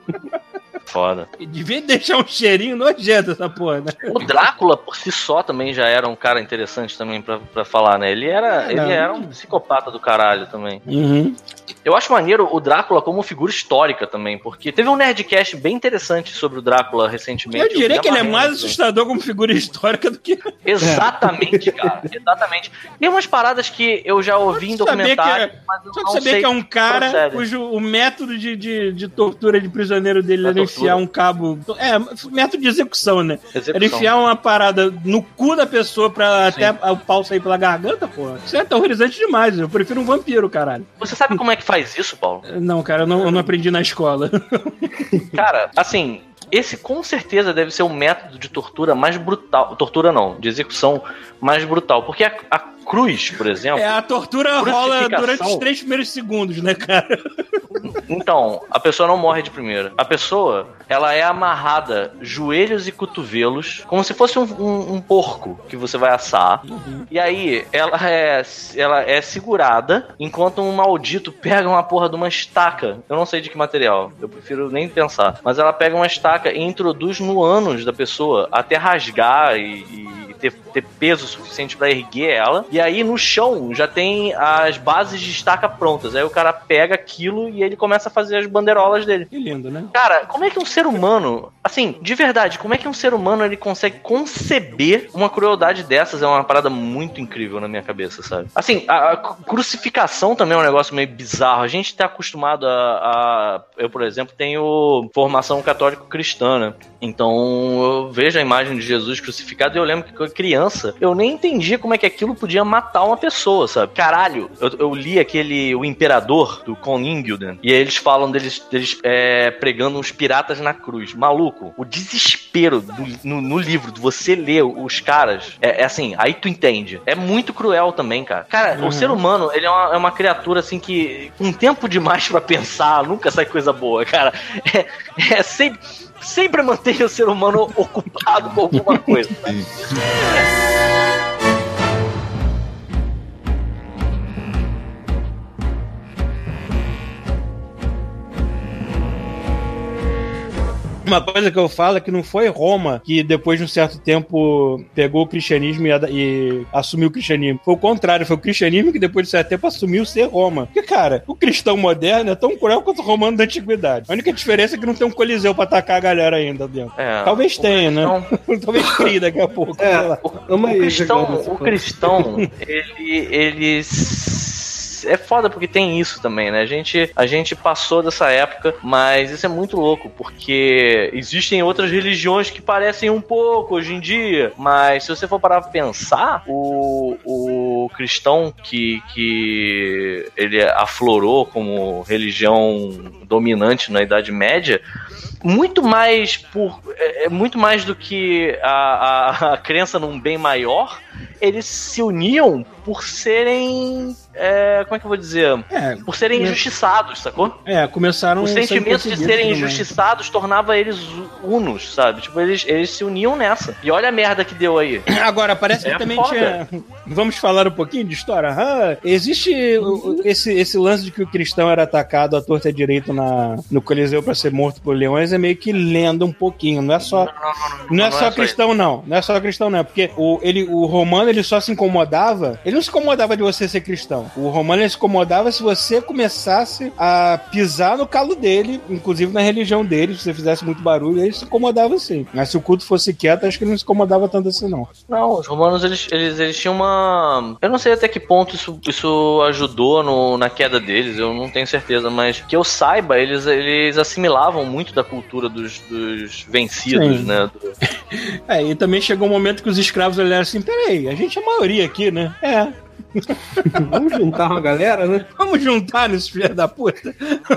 Foda. Devia deixar um cheirinho nojento essa porra, né? O Drácula, por si só, também já era um cara interessante também pra, pra falar, né? Ele era, É, ele não. era um psicopata do caralho também. Uhum. Eu acho maneiro o Drácula como figura histórica também, porque teve um Nerdcast bem interessante sobre o Drácula recentemente. Eu diria me que ele é amarrei mais nisso. assustador como figura histórica do que. Exatamente, cara. Exatamente. Tem umas paradas que eu já ouvi em Só de saber documentário, que é- mas eu Só não de saber sei que é um cara procede. cujo o método de, de, de tortura de prisioneiro dele Da era tortura. enfiar um cabo. É, método de execução, né? Execução. Era enfiar uma parada no cu da pessoa pra até o pau sair pela garganta, porra. Isso é aterrorizante demais. Eu prefiro um vampiro, caralho. Você sabe como é que faz isso, Paulo? Não, cara, eu não, eu não aprendi na escola. Cara, assim, esse com certeza deve ser o método de tortura mais brutal. Tortura não, de execução mais brutal. Porque a, a cruz, por exemplo. É, a tortura rola Crucificação. durante os três primeiros segundos, né, cara? Então, a pessoa não morre de primeira. A pessoa, ela é amarrada joelhos e cotovelos, como se fosse um, um- um porco que você vai assar. E aí, ela é, ela é segurada enquanto um maldito pega uma porra de uma estaca. Eu não sei de que material, eu prefiro nem pensar. Mas ela pega uma estaca e introduz no ânus da pessoa até rasgar e... e ter, ter peso suficiente pra erguer ela. E aí no chão já tem as bases de estaca prontas. Aí o cara pega aquilo e ele começa a fazer as bandeirolas dele. Que lindo, né? Cara, como é que um ser humano, assim, de verdade, como é que um ser humano ele consegue conceber uma crueldade dessas? É uma parada muito incrível na minha cabeça, sabe? Assim, a, a crucificação também é um negócio meio bizarro. A gente tá acostumado a, a... Eu, por exemplo, tenho formação católico-cristã, né? Então eu vejo a imagem de Jesus crucificado e eu lembro que quando criança eu nem entendia como é que aquilo podia matar uma pessoa, sabe? Caralho, eu, eu li aquele O Imperador, do Coningilden, e aí eles falam deles, deles é, pregando uns piratas na cruz. Maluco, o desespero do, no, no livro, de você ler os caras, é, é assim, aí tu entende. É muito cruel também, cara. Cara, Uhum. o ser humano, ele é uma, é uma criatura assim que, com tempo demais pra pensar, nunca sai coisa boa, cara. É, é sempre... Sempre mantenha o ser humano ocupado com alguma coisa. Sim. Uma coisa que eu falo é que não foi Roma que depois de um certo tempo pegou o cristianismo e, e assumiu o cristianismo. Foi o contrário, foi o cristianismo que depois de um certo tempo assumiu ser Roma. Porque, cara, o cristão moderno é tão cruel quanto o romano da antiguidade. A única diferença é que não tem um coliseu pra atacar a galera ainda dentro. É, Talvez tenha, cristão... né? Talvez crie daqui a pouco. É, o, o, aí, cristão, o cristão, ele, ele é foda porque tem isso também, né? A gente, a gente passou dessa época, mas isso é muito louco, porque existem outras religiões que parecem um pouco hoje em dia, mas se você for parar pra pensar, o, o cristão que, que ele aflorou como religião dominante na Idade Média, muito mais por é, muito mais do que a, a, a crença num bem maior, eles se uniam por serem é, como é que eu vou dizer? É, por serem injustiçados, sacou? É, começaram... O sentimento de serem injustiçados tornava eles unos, sabe? Tipo, eles, eles se uniam nessa. E olha a merda que deu aí. Agora, parece que é também foda. Tinha... Vamos falar um pouquinho de história? Ah, existe esse, esse lance de que o cristão era atacado à torta direito na, no Coliseu pra ser morto por leões, é meio que lenda um pouquinho. Não é só, não, não, não, não, não é só é cristão, só não. Não é só cristão, não. Porque o, ele, o romano, ele só se incomodava... Ele não se incomodava de você ser cristão. O romano, ele se incomodava se você começasse a pisar no calo dele, inclusive na religião dele, se você fizesse muito barulho, ele se incomodava sim. Mas se o culto fosse quieto, acho que ele não se incomodava tanto assim, não. Não, os romanos, eles, eles, eles tinham uma... Eu não sei até que ponto isso, isso ajudou no, na queda deles, eu não tenho certeza, mas que eu saiba, eles, eles assimilavam muito da cultura dos, dos vencidos, sim, né? Do... É, e também chegou um momento que os escravos olharam assim, peraí, a gente é a maioria aqui, né? É... Vamos juntar uma galera, né? Vamos juntar nesse filho da puta.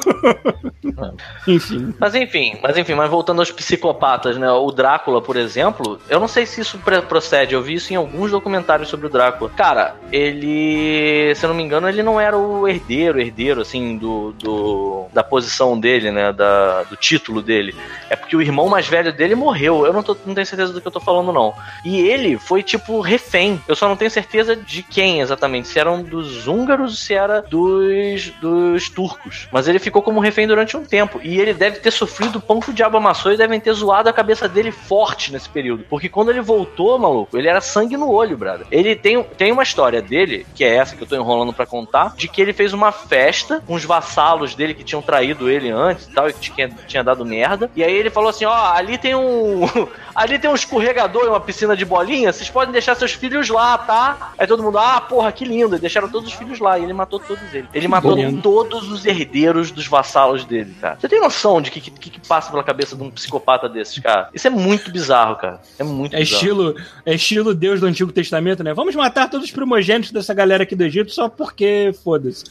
Enfim. Mas enfim, mas enfim, mas voltando aos psicopatas, né? O Drácula, por exemplo, eu não sei se isso procede, eu vi isso em alguns documentários sobre o Drácula. Cara, ele, se eu não me engano, ele não era o herdeiro, herdeiro, assim, do, do da posição dele, né? Da, do título dele. É porque o irmão mais velho dele morreu. Eu não, tô, não tenho certeza do que eu tô falando, não. E ele foi, tipo, refém. Eu só não tenho certeza de quem exatamente. Se eram dos húngaros ou se era dos, dos turcos. Mas ele ficou como refém durante um tempo. E ele deve ter sofrido o pão que o diabo amassou e devem ter zoado a cabeça dele forte nesse período. Porque quando ele voltou, maluco, ele era sangue no olho, brother. Ele tem, tem uma história dele, que é essa que eu tô enrolando pra contar, de que ele fez uma festa com os vassalos dele que tinham traído ele antes e tal, e que tinha, tinha dado merda. E aí ele falou assim, ó, ali tem um... ali tem um escorregador e uma piscina de bolinha, vocês podem deixar seus filhos lá, tá? Aí todo mundo, ah, porra, que lindo. E deixaram todos os filhos lá. E ele matou todos eles. Ele matou Bonito. todos os herdeiros dos vassalos dele, cara. Você tem noção de que, que, que passa pela cabeça de um psicopata desses, cara? Isso é muito bizarro, cara. É muito é bizarro. Estilo, é estilo Deus do Antigo Testamento, né? Vamos matar todos os primogênitos dessa galera aqui do Egito só porque foda-se.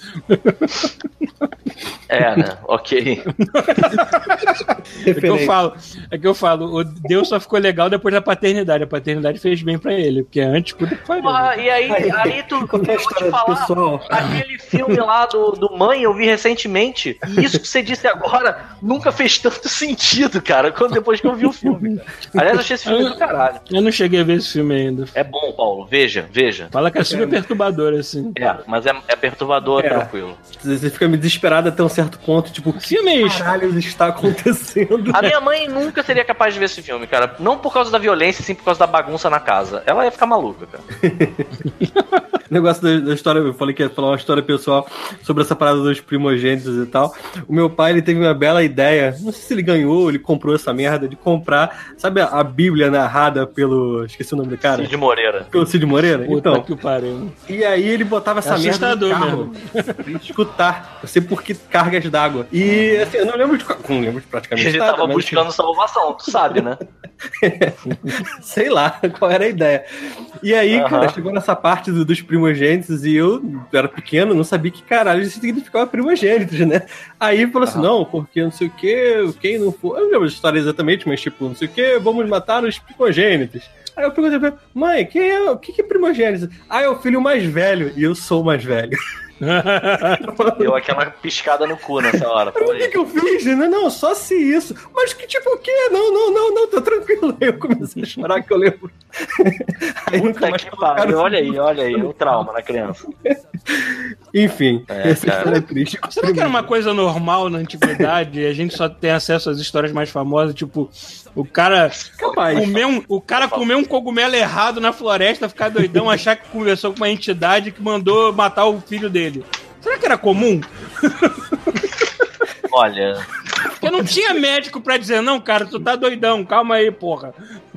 É, né? Ok. É que eu falo, é que eu falo, o Deus só ficou legal depois da paternidade. A paternidade fez bem pra ele, porque antes puta que pariu. Ah, e aí, aí, aí tu, eu vou te falar, aquele filme lá do, do Mãe, eu vi recentemente, e isso que você disse agora nunca fez tanto sentido, cara, quando, depois que eu vi o filme, cara. Aliás, eu achei esse filme eu, do caralho. Eu não cheguei a ver esse filme ainda. É bom, Paulo, veja, veja. Fala que é super é. perturbador, assim. É, mas é, é perturbador, é. tranquilo. Você fica me desesperado até um certo ponto, tipo, o que caralho está acontecendo? A minha mãe nunca seria capaz de ver esse filme, cara, não por causa da violência, sim por causa da bagunça na casa. Ela ia ficar maluca, cara. O negócio da, da história, eu falei que ia falar uma história pessoal sobre essa parada dos primogênitos e tal. O meu pai, ele teve uma bela ideia, não sei se ele ganhou, ele comprou essa merda, de comprar, sabe a, a Bíblia narrada pelo, esqueci o nome do cara? Cid Moreira. Pelo Cid Moreira? Puta então, que pariu. E aí ele botava essa é merda no carro mesmo. Pra escutar, eu sei por que cargas d'água. E assim, eu não lembro de, não lembro de praticamente ele nada. Ele tava mas, buscando assim, salvação, tu sabe, né? Sei lá qual era a ideia. E aí, uh-huh. cara, chegou nessa parte do, dos primogênitos e eu era pequeno, não sabia que caralho isso significava primogênitos, né? Aí falou assim, uh-huh. não, porque não sei o que, quem não for... Eu não lembro a história exatamente, mas tipo, não sei o que, vamos matar os primogênitos. Aí eu perguntei pra ele, mãe, quem é, o que, que é primogênito? Ah, é o filho mais velho, e eu sou o mais velho. Deu aquela piscada no cu nessa hora. O que, que eu fiz? Não, não, só se isso. Mas que tipo o quê? Não, não, não, não, tá tranquilo. Aí eu comecei a chorar que eu lembro. Aí nunca mais que pariu. Olha aí, olha aí, o trauma na criança. Enfim, É, essa cara. história é triste. Será que era uma coisa normal na antiguidade e a gente só tem acesso às histórias mais famosas? Tipo, o cara Capaz. comer um, o cara comer um cogumelo errado na floresta, ficar doidão, achar que conversou com uma entidade que mandou matar o filho dele. Será que era comum? Olha, Porque não tinha médico pra dizer, não, cara, tu tá doidão, calma aí, porra.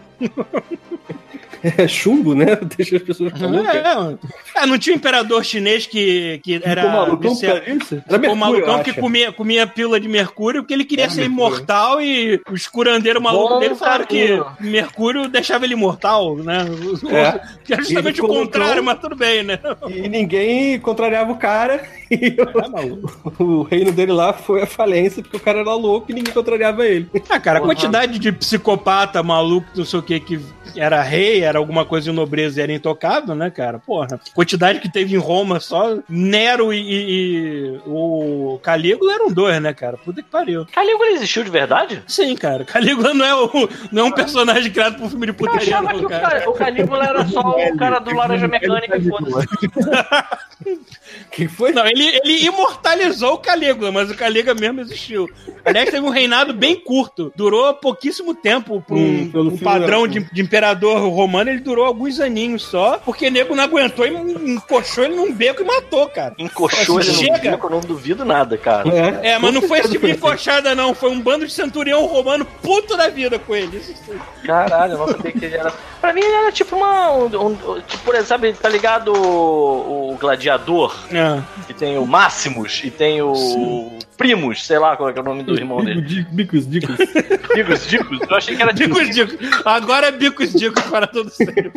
É chumbo, né? Deixa as pessoas malucas. É, é, não tinha um imperador chinês que, que era Ficou malucão vicia- pra isso? Era Ficou Mercúrio, malucão eu que acho. comia, comia pílula de mercúrio porque ele queria Era ser Mercúrio. imortal e os curandeiros malucos Bom dele falaram caminho. que mercúrio deixava ele imortal, né? É. Que era justamente Ele o colocou- contrário, mas tudo bem, né? E ninguém contrariava o cara. E É, maluco. o, o reino dele lá foi a falência porque o cara era louco e ninguém contrariava ele. Ah, cara, a Porra. quantidade de psicopata maluco, não sei o que, que era rei, era alguma coisa de nobreza e era intocável, né, cara? Porra. Quantidade que teve em Roma só Nero e, e- e o Calígula eram dois, né, cara? Puta que pariu. Calígula existiu de verdade? Sim, cara. Calígula não é, o, não é um personagem criado por filme de Eu putaria, achava que não, o, cara. Ca- o Calígula era só o cara do Laranja Mecânica e foda-se. Quem foi? Não, ele, ele imortalizou o Calígula, mas o Calígula mesmo existiu. Aliás, teve um reinado bem curto. Durou pouquíssimo tempo. Para um, Hum, pelo um filme padrão da- de, de imperador romano, ele durou alguns aninhos só, porque o nego não aguentou e encoxou ele num beco e matou, cara. Encoxou ele no Chega. bico, eu não duvido nada, cara. É, É, mas não foi esse tipo de foi assim. encoxada, não. Foi um bando de centurião romano puto da vida com ele. Isso sim. Caralho, eu não sabia que ele era. Pra mim, ele era tipo uma. Um, um- tipo, por exemplo, sabe, tá ligado o, o Gladiador? É. Que tem o Máximos e tem o Primus, sei lá qual é, que é o nome do irmão dele. Bicos, dicos. Digos, Digos. Eu achei que era tipo. Bicos Dicos. Agora é Bicos Dicos para todo sempre.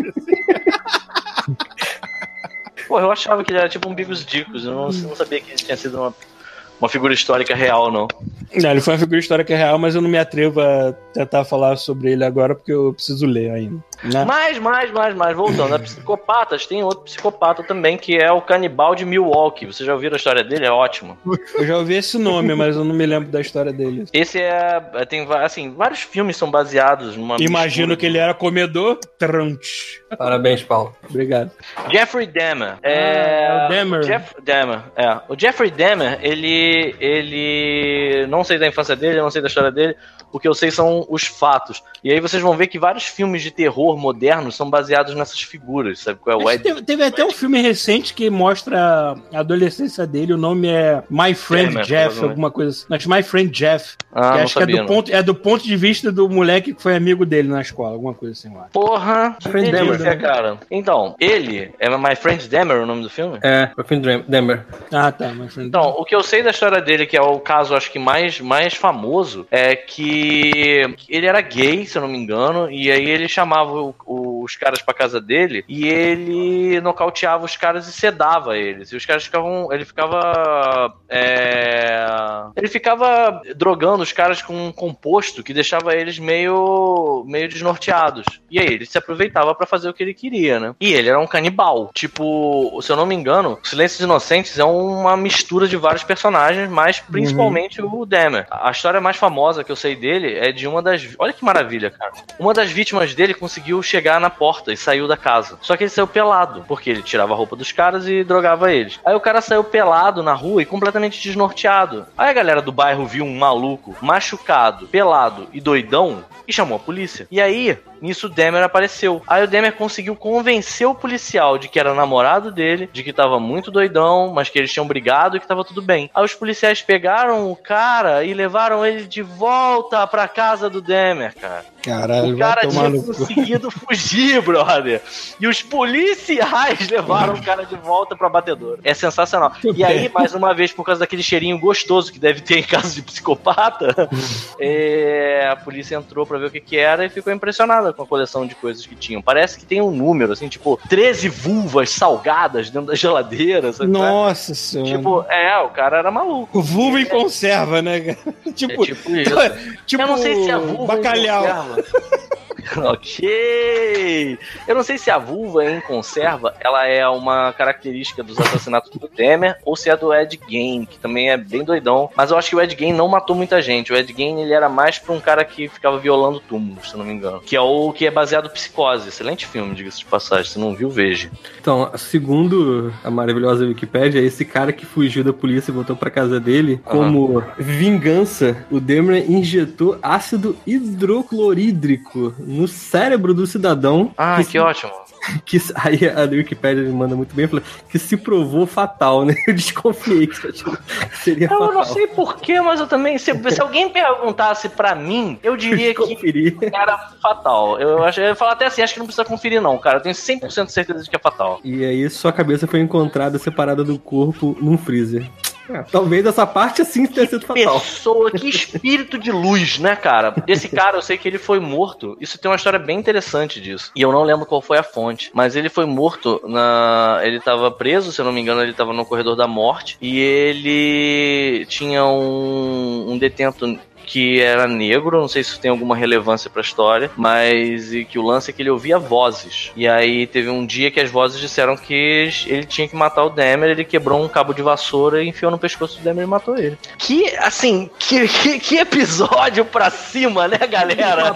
Pô, eu achava que ele era tipo um Bigos Dicos. Eu não, não sabia que ele tinha sido uma, uma figura histórica real, não. Não, ele foi uma figura histórica real, mas eu não me atrevo a tentar falar sobre ele agora porque eu preciso ler ainda. Né? Mais, mais, mais, mais. Voltando a psicopatas, tem outro psicopata também, que é o canibal de Milwaukee. Vocês já ouviram a história dele? É ótimo. Eu já ouvi esse nome, mas eu não me lembro da história dele. Esse é. Tem, assim, vários filmes são baseados numa. Imagino mistura que ele era comedor. Trunch. Parabéns, Paulo. Obrigado. de- Jeffrey Dahmer. É, Ah, é o Dahmer. o Jeff, Dahmer, é. O Jeffrey Dahmer, ele. Ele. Não sei da infância dele, eu não sei da história dele. O que eu sei são os fatos. E aí vocês vão ver que vários filmes de terror modernos são baseados nessas figuras, sabe qual é o Acho que Ed? Teve, teve até um filme recente que mostra a adolescência dele. O nome é My Friend Dahmer, Jeff, provavelmente. alguma coisa assim. Acho My Friend Jeff. Ah, que não acho que é sabia, do, não. ponto, é do ponto de vista do moleque que foi amigo dele na escola. Alguma coisa assim, eu acho. Porra, que Friend delícia, Dahmer. cara. Então, ele é My Friend Dahmer, o nome do filme? É, meu filho Dam- Demer. Ah, tá. My Friend Então, o que eu sei da história dele, que é o caso, acho que mais, mais famoso, é que ele era gay, se eu não me engano, e aí ele chamava o- os caras pra casa dele e ele nocauteava os caras e sedava eles. E os caras ficavam. Ele ficava. é, ele ficava drogando os caras com um composto que deixava eles meio. meio desnorteados. E aí ele se aproveitava pra fazer o que ele queria, né? E ele era um canibal. Tipo, se eu não me engano, Silêncios Inocentes é uma mistura de vários personagens, mas principalmente o Dahmer. A história mais famosa que eu sei dele é de uma das... Olha que maravilha, cara. Uma das vítimas dele conseguiu chegar na porta e saiu da casa. Só que ele saiu pelado, porque ele tirava a roupa dos caras e drogava eles. Aí o cara saiu pelado na rua e completamente desnorteado. Aí a galera do bairro viu um maluco machucado, pelado e doidão e chamou a polícia. E aí, nisso o Dahmer apareceu. Aí o Dahmer conseguiu convencer o policial de que era namorado dele, de que tava muito doidão, mas que eles tinham brigado e que tava tudo bem. Aí os policiais pegaram o cara e levaram ele de volta pra casa do Dahmer, cara. Caralho, O cara vai tomar tinha no cu. conseguido fugir, brother. E os policiais levaram o cara de volta pra batedora. É sensacional. E aí, mais uma vez, por causa daquele cheirinho gostoso que deve ter em casa de psicopata, é, a polícia entrou pra ver o que que era e ficou impressionada com a coleção de coisas que tinham. Parece que tem um número, assim, tipo, treze vulvas salgadas dentro da geladeira, sabe? Nossa senhora. Tipo, é, o cara era maluco. O vulva em conserva, né, cara? É tipo, tipo isso. tipo Eu não sei se é vulva ou bacalhau. conserva. Ok. Eu não sei se a vulva em conserva, ela é uma característica dos assassinatos do Dahmer ou se é do Ed Gein, que também é bem doidão. Mas eu acho que o Ed Gein não matou muita gente. O Ed Gein, ele era mais pra um cara que ficava violando túmulos, se eu não me engano. Que é o que é baseado em Psicose. Excelente filme, diga-se de passagem. Se não viu, veja. Então, segundo a maravilhosa Wikipédia, esse cara que fugiu da polícia e voltou pra casa dele, como uhum. vingança, o Dahmer injetou ácido hidroclorídrico no cérebro do cidadão. Ah, que, que se... ótimo. Que, aí a Wikipédia me manda muito bem, falou que se provou fatal, né? Eu desconfiei que seria eu fatal. Eu não sei porquê, mas eu também, se, se alguém perguntasse pra mim, eu diria eu que era fatal. Eu, acho, eu ia falar até assim, acho que não precisa conferir não, cara. Eu tenho cem por cento de certeza de que é fatal. E aí sua cabeça foi encontrada separada do corpo num freezer. É, talvez essa parte assim tenha sido fatal. Pessoa, que espírito de luz, né, cara? Esse cara, eu sei que ele foi morto. Isso tem uma história bem interessante disso. E eu não lembro qual foi a fonte. Mas ele foi morto na... Ele tava preso, se eu não me engano, ele tava no corredor da morte. E ele tinha um, um detento que era negro, não sei se isso tem alguma relevância pra história, mas e que o lance é que ele ouvia vozes. E aí teve um dia que as vozes disseram que ele tinha que matar o Dahmer, ele quebrou um cabo de vassoura e enfiou no pescoço do Dahmer e matou ele. Que, assim, que, que, que episódio pra cima, né, galera?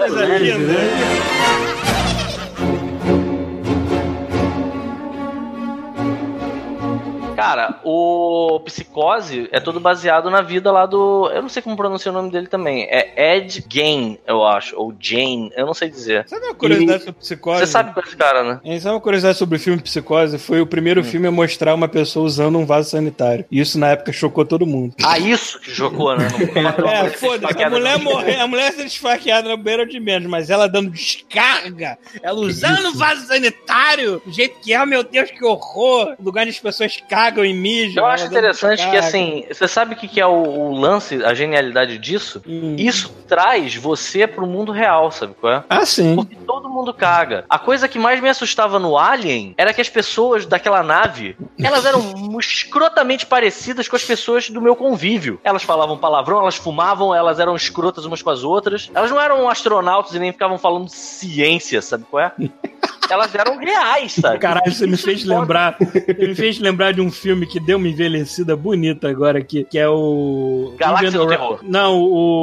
Cara, o Psicose é todo baseado na vida lá do... Eu não sei como pronunciar o nome dele também. É Ed Gein, eu acho. Ou Jane, eu não sei dizer. Sabe uma curiosidade e... sobre Psicose? Você sabe qual é esse cara, né? É, sabe uma curiosidade sobre o filme Psicose? Foi o primeiro hum. filme a mostrar uma pessoa usando um vaso sanitário. E isso na época chocou todo mundo. Ah, isso que chocou, né? É, foda-se. A mulher morreu, a mulher sendo esfaqueada na beira de menos, mas ela dando descarga, ela usando o vaso sanitário, do jeito que é, meu Deus, que horror. Lugar onde as pessoas cagam e mijam. Eu acho interessante que, assim, você sabe o que, que é o, o lance, a genialidade disso? Hum. Isso traz você pro mundo real, sabe qual é? Ah, sim. Porque todo mundo caga. A coisa que mais me assustava no Alien era que as pessoas daquela nave, elas eram escrotamente parecidas com as pessoas do meu convívio. Elas falavam palavrão, elas fumavam, elas eram escrotas umas com as outras. Elas não eram astronautas e nem ficavam falando ciência, sabe qual é? Elas eram reais, sabe? Caralho, você me fez lembrar. Você me fez lembrar de um filme que deu uma envelhecida bonita agora aqui, que é o. Galáxia do Terror. Não,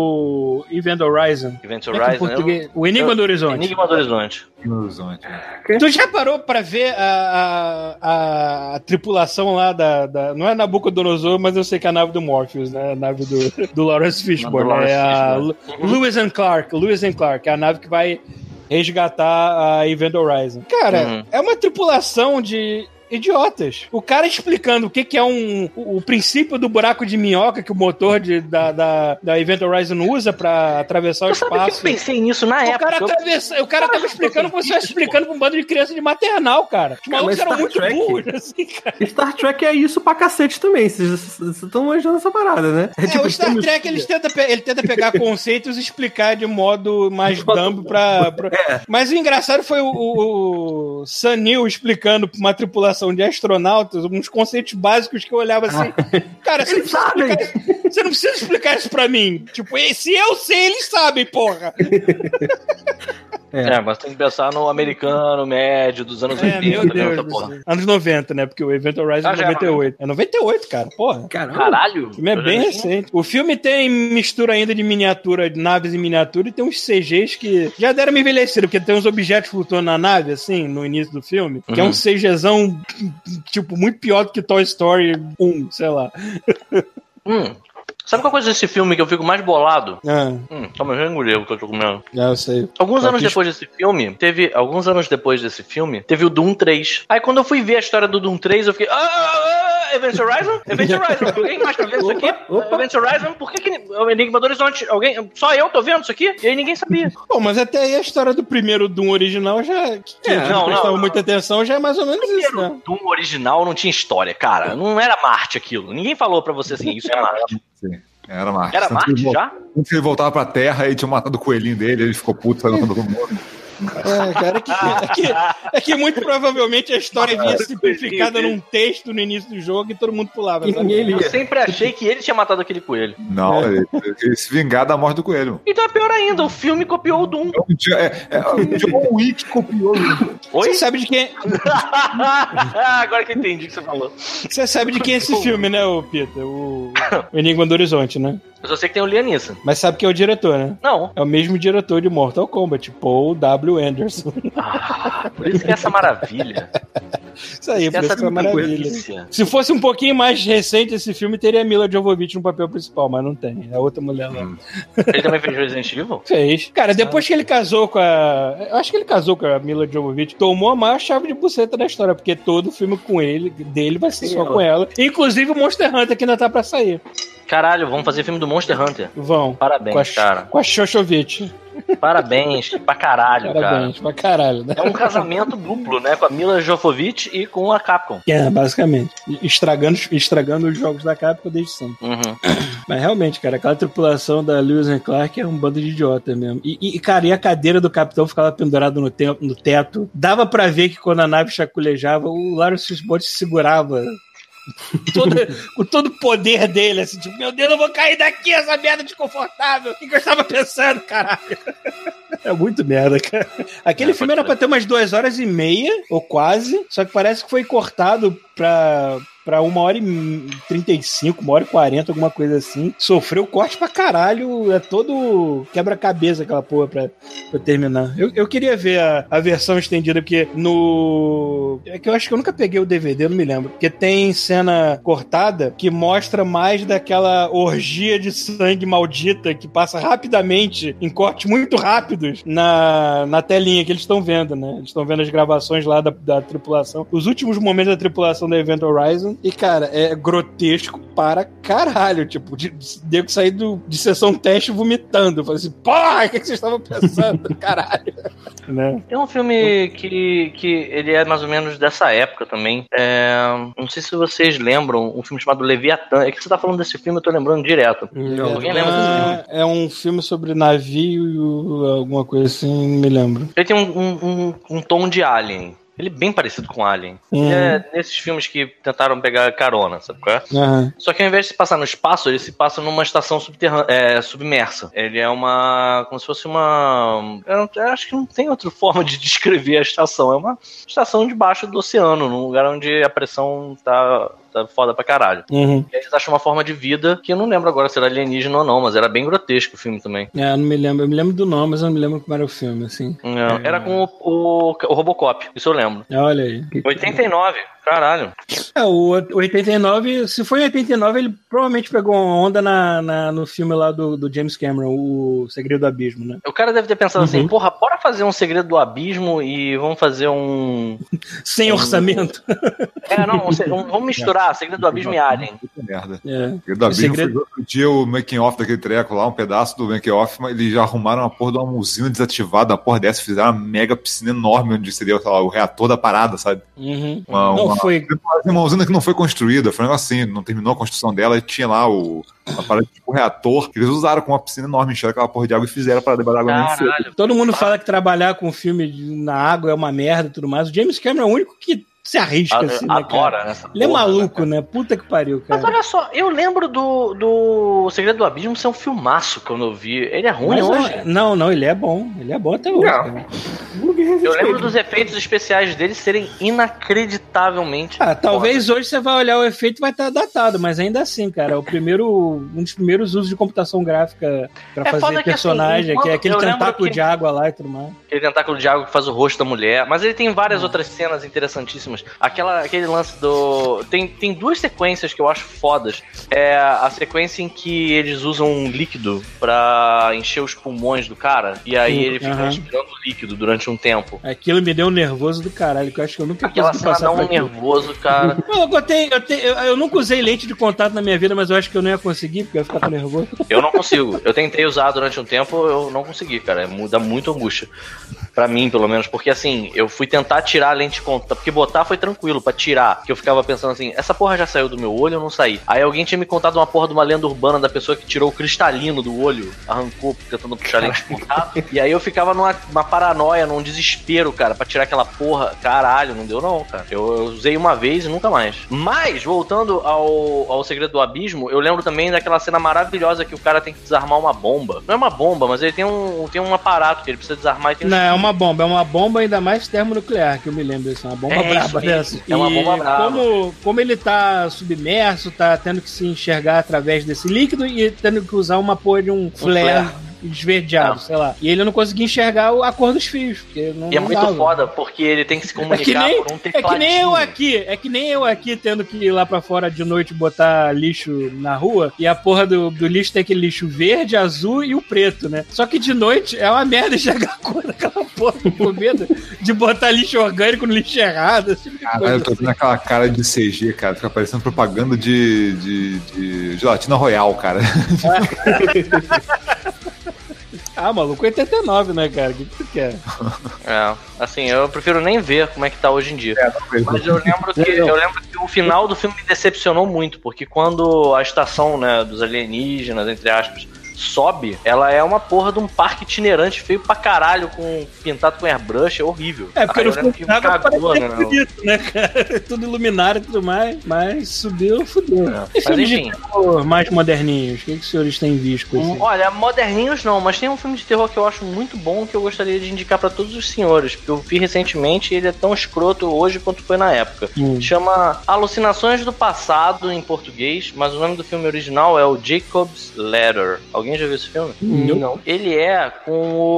o Event Horizon. Event Horizon. É português... eu... O Enigma eu... do Horizonte. Enigma do Horizonte. No horizonte. Tu já parou pra ver a, a, a, a tripulação lá da, da... Não é Nabucodonosor, mas eu sei que é a nave do Morpheus, né? A nave do, do Lawrence Fishburne. É a uhum. Lewis and Clark. Lewis and Clark, é a nave que vai resgatar a Event Horizon. Cara, uhum. é uma tripulação de idiotas. O cara explicando o que, que é um, o, o princípio do buraco de minhoca que o motor de, da, da, da Event Horizon usa pra atravessar o Você espaço. Sabe que eu pensei nisso na o época. Cara atravessa, eu... O cara tava explicando como se estivesse explicando pra um bando de criança de maternal, cara. Os malucos eram muito Trek, burros, assim, cara. Star Trek é isso pra cacete também. Vocês estão manjando essa parada, né? É, é tipo, o Star Trek, eles tenta, ele tenta pegar conceitos e explicar de modo mais dumb pra... pra... É. Mas o engraçado foi o, o, o Sam Neill explicando pra uma tripulação de astronautas uns conceitos básicos que eu olhava assim, ah. cara, você não, explicar, você não precisa explicar isso pra mim. Tipo, se eu sei, eles sabem, porra. É. é, mas tem que pensar no americano médio dos anos é, oitenta. Meu Deus, porra. Anos noventa, né? Porque o Event Horizon ah, é noventa e oito. É noventa e oito, cara, porra. Caralho. Caralho. O filme é bem recente. O filme tem mistura ainda de miniatura, de naves em miniatura, e tem uns C Gs que já deram me envelhecer, porque tem uns objetos flutuando na nave, assim, no início do filme, que uhum. é um CGzão, tipo, muito pior do que Toy Story um, sei lá. Hum. Sabe qual coisa desse filme que eu fico mais bolado? Ah. Hum, calma, eu já engoli o que eu tô comendo. Já, eu sei. Alguns anos depois desse filme, teve... Alguns anos depois desse filme, teve o Doom três. Aí quando eu fui ver a história do Doom três, eu fiquei... Ah, ah, ah, Event Horizon? Event Horizon. Alguém mais tá vendo isso aqui? Opa. Event Horizon? Por que que... O Enigma do Horizonte... Alguém... Só eu tô vendo isso aqui? E aí ninguém sabia. Bom, mas até aí a história do primeiro Doom original já... Que é, não, não prestava não, muita atenção, já é mais ou menos o isso, né? Doom original não tinha história, cara. Não era Marte aquilo. Ninguém falou pra você assim, isso é Marte. Sim. Era Marte. Era Marte já? Antes ele voltava pra Terra e tinha matado o coelhinho dele, ele ficou puto, saiu todo mundo. É, cara, é que, é, que, é que muito provavelmente a história vinha simplificada num texto no início do jogo e todo mundo pulava. Ele... Eu sempre achei que ele tinha matado aquele coelho. Não, é. ele, ele se vingar da morte do coelho. Então é pior ainda, o filme copiou o Doom. É, é, o John Wick copiou o Doom. Oi? Você sabe de quem... Agora que eu entendi o que você falou. Você sabe de quem é esse filme, né, ô Peter? O, o Enigma do Horizonte, né? Eu só sei que tem o Liam Neeson. Mas sabe quem é o diretor, né? Não. É o mesmo diretor de Mortal Kombat, Paul W. Anderson. Ah, por isso que é essa maravilha. Isso aí, por isso que é maravilha. Delícia. Se fosse um pouquinho mais recente esse filme, teria a Mila Jovovich no papel principal, mas não tem. É outra mulher lá. Hum. Ele também fez Resident Evil? Fez. Cara, depois que ele casou com a... Eu acho que ele casou com a Mila Jovovich, tomou a maior chave de buceta da história, porque todo filme com ele, dele vai ser Sim, só ela. com ela. Inclusive o Monster Hunter, que ainda tá pra sair. Caralho, vamos fazer filme do Monster Hunter. Vão. Parabéns, com a, cara. Com a Shoshovich. Parabéns, pra caralho, Parabéns, cara. pra caralho, né? É um casamento duplo, né? Com a Mila Jovovich e com a Capcom. É, basicamente. Estragando, estragando os jogos da Capcom desde sempre. Uhum. Mas realmente, cara, aquela tripulação da Lewis and Clark é um bando de idiota mesmo. E, e, cara, e a cadeira do capitão ficava pendurada no, te- no teto. Dava pra ver que quando a nave chaculejava, o Lawrence Fishburne se segurava... Todo, com todo o poder dele, assim, tipo, meu Deus, eu vou cair daqui, essa merda desconfortável. O que, que eu estava pensando, caralho? É muito merda, cara. Aquele é, filme era ser. pra ter umas duas horas e meia, ou quase, só que parece que foi cortado pra... pra uma hora e trinta e cinco, uma hora e quarenta, alguma coisa assim. Sofreu corte pra caralho, é todo quebra-cabeça aquela porra pra, pra terminar. Eu, eu queria ver a, a versão estendida, porque no... É que eu acho que eu nunca peguei o D V D, eu não me lembro. Porque tem cena cortada que mostra mais daquela orgia de sangue maldita que passa rapidamente, em cortes muito rápidos, na, na telinha que eles estão vendo, né? Eles estão vendo as gravações lá da, da tripulação. Os últimos momentos da tripulação da Event Horizon. E, cara, é grotesco para caralho. Tipo, de, de, de sair do, de sessão teste vomitando. Eu falei assim, porra, o que, que vocês estavam pensando? Caralho. Né? Tem um filme que, que ele é mais ou menos dessa época também. É, não sei se vocês lembram, um filme chamado Leviatã. É que você tá falando desse filme, eu tô lembrando direto. Leviatã. Alguém lembra desse filme? É um filme sobre navio, alguma coisa assim, não me lembro. Ele tem um, um, um, um tom de Alien. Ele é bem parecido com Alien. Uhum. Ele é nesses filmes que tentaram pegar carona, sabe qual é? Uhum. Só que ao invés de se passar no espaço, ele se passa numa estação subterrânea, é, submersa. Ele é uma... como se fosse uma... Eu, não, eu acho que não tem outra forma de descrever a estação. É uma estação debaixo do oceano, num lugar onde a pressão tá... tá foda pra caralho. Uhum. E eles acham uma forma de vida que eu não lembro agora se era alienígena ou não, mas era bem grotesco o filme também. É, eu não me lembro. Eu me lembro do nome, mas eu não me lembro como era o filme, assim. É, era com o, o, o Robocop, isso eu lembro. Olha aí. oitenta e nove, caralho. É, o oitenta e nove, se foi em oitenta e nove, ele provavelmente pegou uma onda na, na, no filme lá do, do James Cameron, o Segredo do Abismo, né? O cara deve ter pensado uhum. assim, porra, bora fazer um Segredo do Abismo e vamos fazer um... Sem um... orçamento. É, não, um, vamos misturar Segredo do Abismo e Alien. Puta merda. É. Segredo do Abismo segredo... foi dia o making off daquele treco lá, um pedaço do making off, mas eles já arrumaram uma porra de uma usina desativada, uma porra dessa, fizeram uma mega piscina enorme onde seria lá, o reator da parada, sabe? Uhum. Uma, não uma, foi... uma usina que não foi construída, foi um negócio assim, não terminou a construção dela e tinha lá o... uma parada tipo reator, que eles usaram com uma piscina enorme, encheram aquela porra de água e fizeram para debaixo da água mesmo fogo. Todo mundo fala que trabalhar com filme na água é uma merda e tudo mais. O James Cameron é o único que se arrisca, a, assim, né, adora essa Ele porra, é maluco, né? Puta que pariu, cara. Mas olha só, eu lembro do, do Segredo do Abismo ser um filmaço quando eu vi. Ele é ruim Mas, hoje? Não, não, ele é bom. Ele é bom até hoje, cara. Eu lembro dos efeitos especiais dele serem inacreditavelmente... Ah, talvez foda. Hoje você vai olhar o efeito e vai estar datado, mas ainda assim, cara, o primeiro, um dos primeiros usos de computação gráfica pra é fazer personagem, que, assim, que é aquele tentáculo que... de água lá e tudo mais. Aquele tentáculo de água que faz o rosto da mulher. Mas ele tem várias ah. outras cenas interessantíssimas. Aquela, aquele lance do... Tem, tem duas sequências que eu acho fodas. É a sequência em que eles usam um líquido pra encher os pulmões do cara, e aí uhum. ele fica uhum. respirando líquido durante um tempo. Aquilo me deu um nervoso do caralho, que eu acho que eu nunca Aquela cena dá um nervoso, cara. Não, eu, tenho, eu, tenho, eu, eu nunca usei lente de contato na minha vida, mas eu acho que eu não ia conseguir, porque eu ia ficar com nervoso. Eu não consigo. Eu tentei usar durante um tempo, eu não consegui, cara. Dá muita angústia. Pra mim, pelo menos, porque assim, eu fui tentar tirar a lente de contato, porque botar foi tranquilo, pra tirar, que eu ficava pensando assim, essa porra já saiu do meu olho ou não saí? Aí alguém tinha me contado uma porra de uma lenda urbana da pessoa que tirou o cristalino do olho, arrancou tentando puxar a lente de contato, e aí eu ficava numa uma paranoia, num desespero, cara, pra tirar aquela porra. Caralho, não deu não, cara. Eu, eu usei uma vez e nunca mais. Mas, voltando ao, ao Segredo do Abismo, eu lembro também daquela cena maravilhosa que o cara tem que desarmar uma bomba. Não é uma bomba, mas ele tem um, tem um aparato que ele precisa desarmar e tem um... Não, é uma bomba. É uma bomba ainda mais termonuclear, que eu me lembro. Assim, uma bomba É braba isso dessa. É uma E bomba braba. Como, como ele tá submerso, tá tendo que se enxergar através desse líquido e tendo que usar uma porra de um flare... flare. esverdeado, Não. sei lá. E ele não conseguia enxergar a cor dos fios. Porque não, E é não muito dava. foda, porque ele tem que se É que, comunicar nem, por um é tecladinho. que nem eu aqui, é que nem eu aqui tendo que ir lá pra fora de noite botar lixo na rua e a porra do, do lixo tem aquele lixo verde, azul e o preto, né? Só que de noite é uma merda enxergar a cor daquela porra com medo de botar lixo orgânico no lixo errado. Esse tipo de Caralho, coisa eu tô vendo aquela cara de C G, cara. Fica parecendo propaganda de, de, de gelatina Royal, cara. Ah, maluco, oitenta e nove, né, cara? O que, que tu quer? É, assim, eu prefiro nem ver como é que tá hoje em dia. Mas eu lembro que, eu lembro que o final do filme me decepcionou muito, porque quando a estação, né, dos alienígenas, entre aspas, sobe, ela é uma porra de um parque itinerante feio pra caralho, com, pintado com airbrush, é horrível. É, porque Aí no eu lembro que final cagou, parece né, ser não. bonito, né, cara? Tudo iluminado e tudo mais, mas subiu, fudeu. É, E mas filmes de enfim. terror mais moderninhos? O que, que os senhores têm visto? Assim? Hum, Olha, moderninhos não, mas tem um filme de terror que eu acho muito bom que eu gostaria de indicar pra todos os senhores, porque eu vi recentemente e ele é tão escroto hoje quanto foi na época. Hum. Chama Alucinações do Passado em português, mas o nome do filme original é o Jacob's Ladder. Alguém já viu esse filme? Não. Ele é com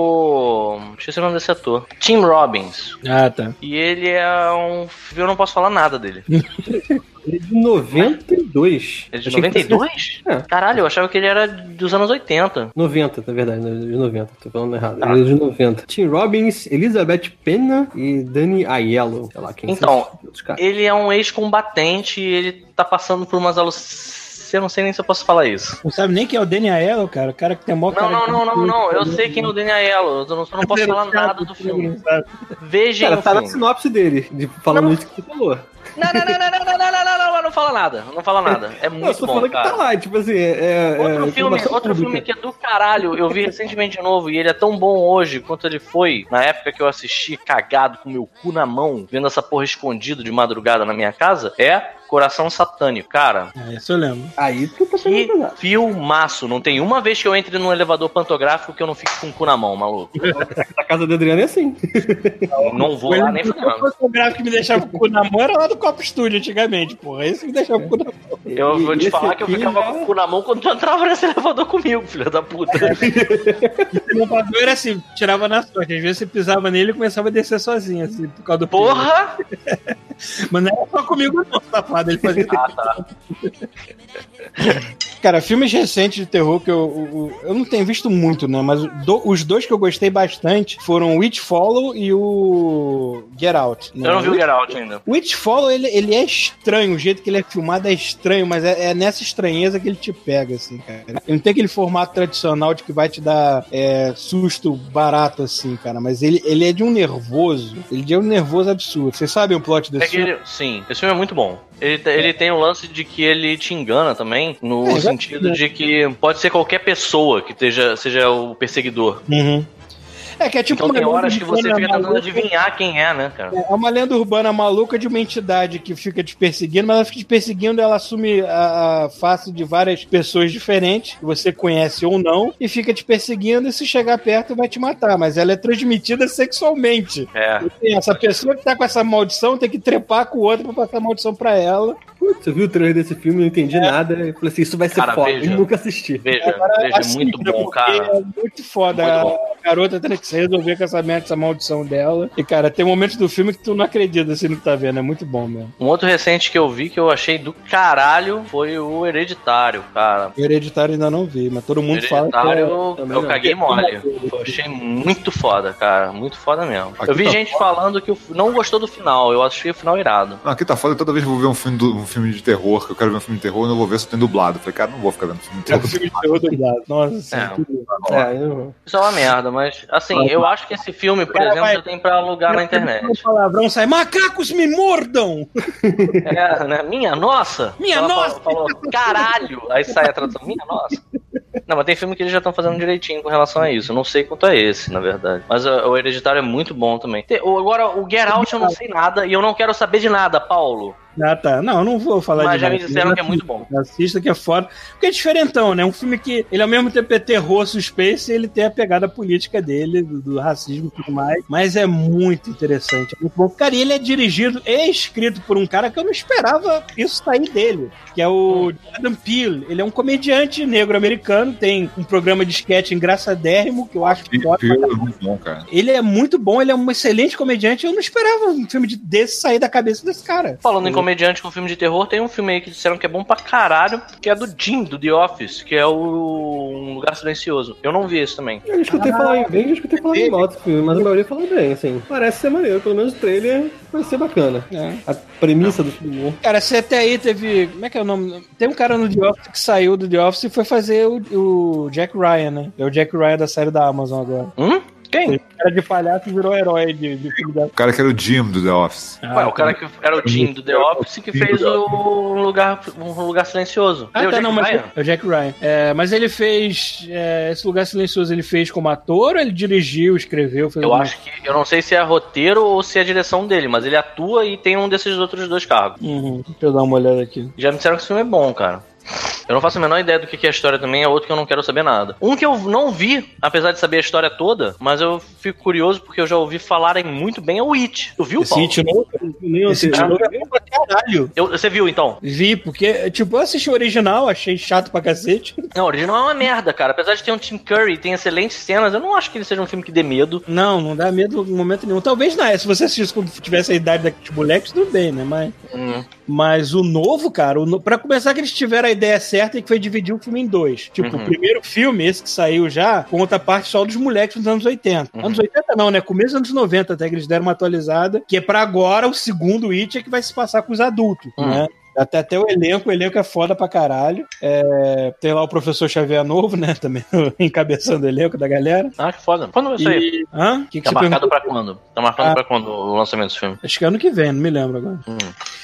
o... esqueci o nome desse ator. Tim Robbins. Ah, tá. E ele é um... eu não posso falar nada dele. Ele é de noventa e dois. Ele é de Achei que noventa e dois? fosse- É. Caralho, eu achava que ele era dos anos oitenta. noventa, na verdade, de noventa, tô falando errado. Ele é de noventa. Tim Robbins, Elizabeth Pena e Danny Aiello. Sei lá quem Então, são esses outros caras. Ele é um ex-combatente e ele tá passando por umas alucinações. Eu não sei nem se eu posso falar isso. Não sabe nem quem é o Danny Aiello, cara? O cara que tem mó Não, cara não, de- não, não, não. Eu sei quem é o Danny Aiello. Eu não, eu não posso falar nada do filme. Vejam Cara, o tá na filme. sinopse dele, de, falando Não. isso que você falou. Não, não, não, não, não, não, não, não, não, não, não fala nada. Não fala nada. É Não, eu muito tô bom, falando cara. que tá lá, tipo assim, é... Outro, é, filme, informação outro pública. filme que é do caralho, eu vi recentemente de novo, e ele é tão bom hoje quanto ele foi na época que eu assisti cagado com meu cu na mão, vendo essa porra escondido de madrugada na minha casa, é Coração Satânico. Cara, Ah, isso eu lembro. Aí tu tá que pegando pesado. filmaço. Não tem uma vez que eu entre num elevador pantográfico que eu não fique com o cu na mão, maluco. A casa da Adriana é assim. Não vou lá nem O fudendo. fotográfico que me deixava com o cu na mão era lá do Copo Studio antigamente, porra. Esse que me deixava com o cu na mão. Eu vou te Esse falar que eu aqui ficava já- com o cu na mão quando tu entrava nesse elevador comigo, filho da puta. O elevador era assim, tirava na sorte. Às vezes você pisava nele e começava a descer sozinho, assim, por causa do peso. Porra! Mas não era só comigo não, safado. Ele fazia... Ah, tá. Cara, filmes recentes de terror que eu, eu, eu não tenho visto muito, né? Mas do- os dois que eu gostei bastante foram o It Follow e o Get Out. né? Eu não vi o Get Out ainda. O It Follow, ele, ele é estranho, o jeito que ele é filmado é estranho, mas é, é nessa estranheza que ele te pega, assim, cara. Ele não tem aquele formato tradicional de que vai te dar é, susto barato, assim, cara, mas ele, ele é de um nervoso, ele é de um nervoso absurdo. Vocês sabem o plot É desse que filme? ele, sim, esse filme é muito bom. Ele, te- ele tem o lance de que ele te engana também, no É, sentido exatamente. de que pode ser qualquer pessoa que esteja, seja o perseguidor. Uhum. É que é tipo Então uma tem lenda horas que você urbana fica tentando maluca. adivinhar quem é, né, cara? É uma lenda urbana maluca de uma entidade que fica te perseguindo, mas ela fica te perseguindo, ela assume a, a face de várias pessoas diferentes, que você conhece ou não, e fica te perseguindo, e se chegar perto vai te matar, mas ela é transmitida sexualmente. É. E essa pessoa que tá com essa maldição tem que trepar com o outro pra passar a maldição pra ela. Putz, eu vi o trailer desse filme, não entendi nada. Eu falei assim, isso vai ser Cara, foda. veja. Eu nunca assisti. Veja, Agora, veja, assim, muito né, bom, porque cara. É muito foda. Muito a bom. garota tendo que se resolver com essa merda, essa maldição dela. E, cara, tem momentos do filme que tu não acredita assim no que tá vendo. É muito bom mesmo. Um outro recente que eu vi que eu achei do caralho foi o Hereditário, cara. O Hereditário ainda não vi, mas todo mundo fala que Hereditário, é... eu, também eu não. caguei mole. Eu achei muito foda, cara. Muito foda mesmo. Aqui Eu vi tá gente falando que o- não gostou do final. Eu achei o final irado. Não, aqui tá foda, toda vez que eu vou ver um filme, do- um filme de terror, que eu quero ver um filme de terror, eu não vou ver se tem dublado. Eu falei, cara, não vou ficar vendo filme de É o terror. filme de terror dublado. Nossa senhora. É. É, eu... Isso é uma merda, mas assim, eu acho que esse filme, por Cara, exemplo, vai- já tem pra alugar na internet. O palavrão sai, macacos me mordam! É, né? Minha nossa! Minha Ela nossa! Falou, falou, caralho! Aí sai a tradução, minha nossa! Não, mas tem filme que eles já estão fazendo direitinho com relação a isso. Eu não sei quanto é esse, na verdade. Mas uh, o Hereditário é muito bom também. Tem, o, agora, o Get Out eu não sei nada e eu não quero saber de nada, Paulo. Ah, tá. Não, eu não vou falar Mas de já nada. me disseram que é muito bom. Assista que é foda. Porque é diferentão, né? Um filme que ele ao mesmo tempo é terror, suspense, e ele tem a pegada política dele, do, do racismo e tudo mais. Mas é muito interessante. É muito bom. Cara, e ele é dirigido e escrito por um cara que eu não esperava isso sair dele. Que é o Adam Peele. Ele é um comediante negro-americano, tem um programa de sketch engraçadérrimo, que eu acho que foda. Peele é muito bom, cara. Ele é muito bom, ele é um excelente comediante. Eu não esperava um filme de- desse sair da cabeça desse cara. Falando em comediante com filme de terror, tem um filme aí que disseram que é bom pra caralho, que é do Jim, do The Office, que é o Um Lugar Silencioso. Eu não vi esse também. Eu escutei falar em bem, eu escutei falar em mal desse filme, mas a maioria falou bem, assim. Parece ser maneiro, pelo menos o trailer vai ser bacana. É. A premissa do filme. Cara, você até aí teve. Como é que é o nome? Tem um cara no The Office que saiu do The Office e foi fazer o, o Jack Ryan, né? É o Jack Ryan da série da Amazon agora. Hum? Quem? O cara de palhaço virou herói de, de filme da. O cara que era o Jim do The Office. Ué, o cara que era o Jim do The Office que fez o Um Lugar, um lugar Silencioso. Ah, E o tá, Jack não, mas Ryan? é o Jack Ryan. É, mas ele fez. É, esse Lugar Silencioso ele fez como ator ou ele dirigiu, escreveu? Fez Eu alguma- acho que. Eu não sei se é roteiro ou se é a direção dele, mas ele atua e tem um desses outros dois cargos. Uhum, deixa eu dar uma olhada aqui. Já me disseram que esse filme é bom, cara. Eu não faço a menor ideia do que é a história também, é outro que eu não quero saber nada. Um que eu não vi, apesar de saber a história toda, mas eu fico curioso porque eu já ouvi falarem muito bem, é o It. Tu viu, Esse Paulo? It novo, esse It novo é bom pra caralho. Eu, você viu, então? Vi, porque, tipo, eu assisti o original, achei chato pra cacete. Não, o original é uma merda, cara. Apesar de ter um Tim Curry e tem excelentes cenas, eu não acho que ele seja um filme que dê medo. Não, não dá medo em momento nenhum. Talvez não, se você assistisse quando tivesse a idade daqueles moleques, tudo bem, né? Mas, Hum. mas o novo, cara, o no... pra começar que eles tiveram a ideia certa e que foi dividir o filme em dois. Tipo, Uhum. o primeiro filme, esse que saiu já, conta a parte só dos moleques dos anos oitenta. Uhum. Anos oitenta não, né? Começo dos anos noventa até que eles deram uma atualizada, que é pra agora o segundo It é que vai se passar com os adultos, Uhum. né? Até, até o elenco, o elenco é foda pra caralho. É, tem lá o professor Xavier novo, né? Também encabeçando o elenco da galera. Ah, que foda. Quando vai sair? E... Hã? Que que Tá você marcado perguntou? pra quando? Tá marcado Ah. pra quando o lançamento desse filme? Acho que é ano que vem, não me lembro agora. Hum.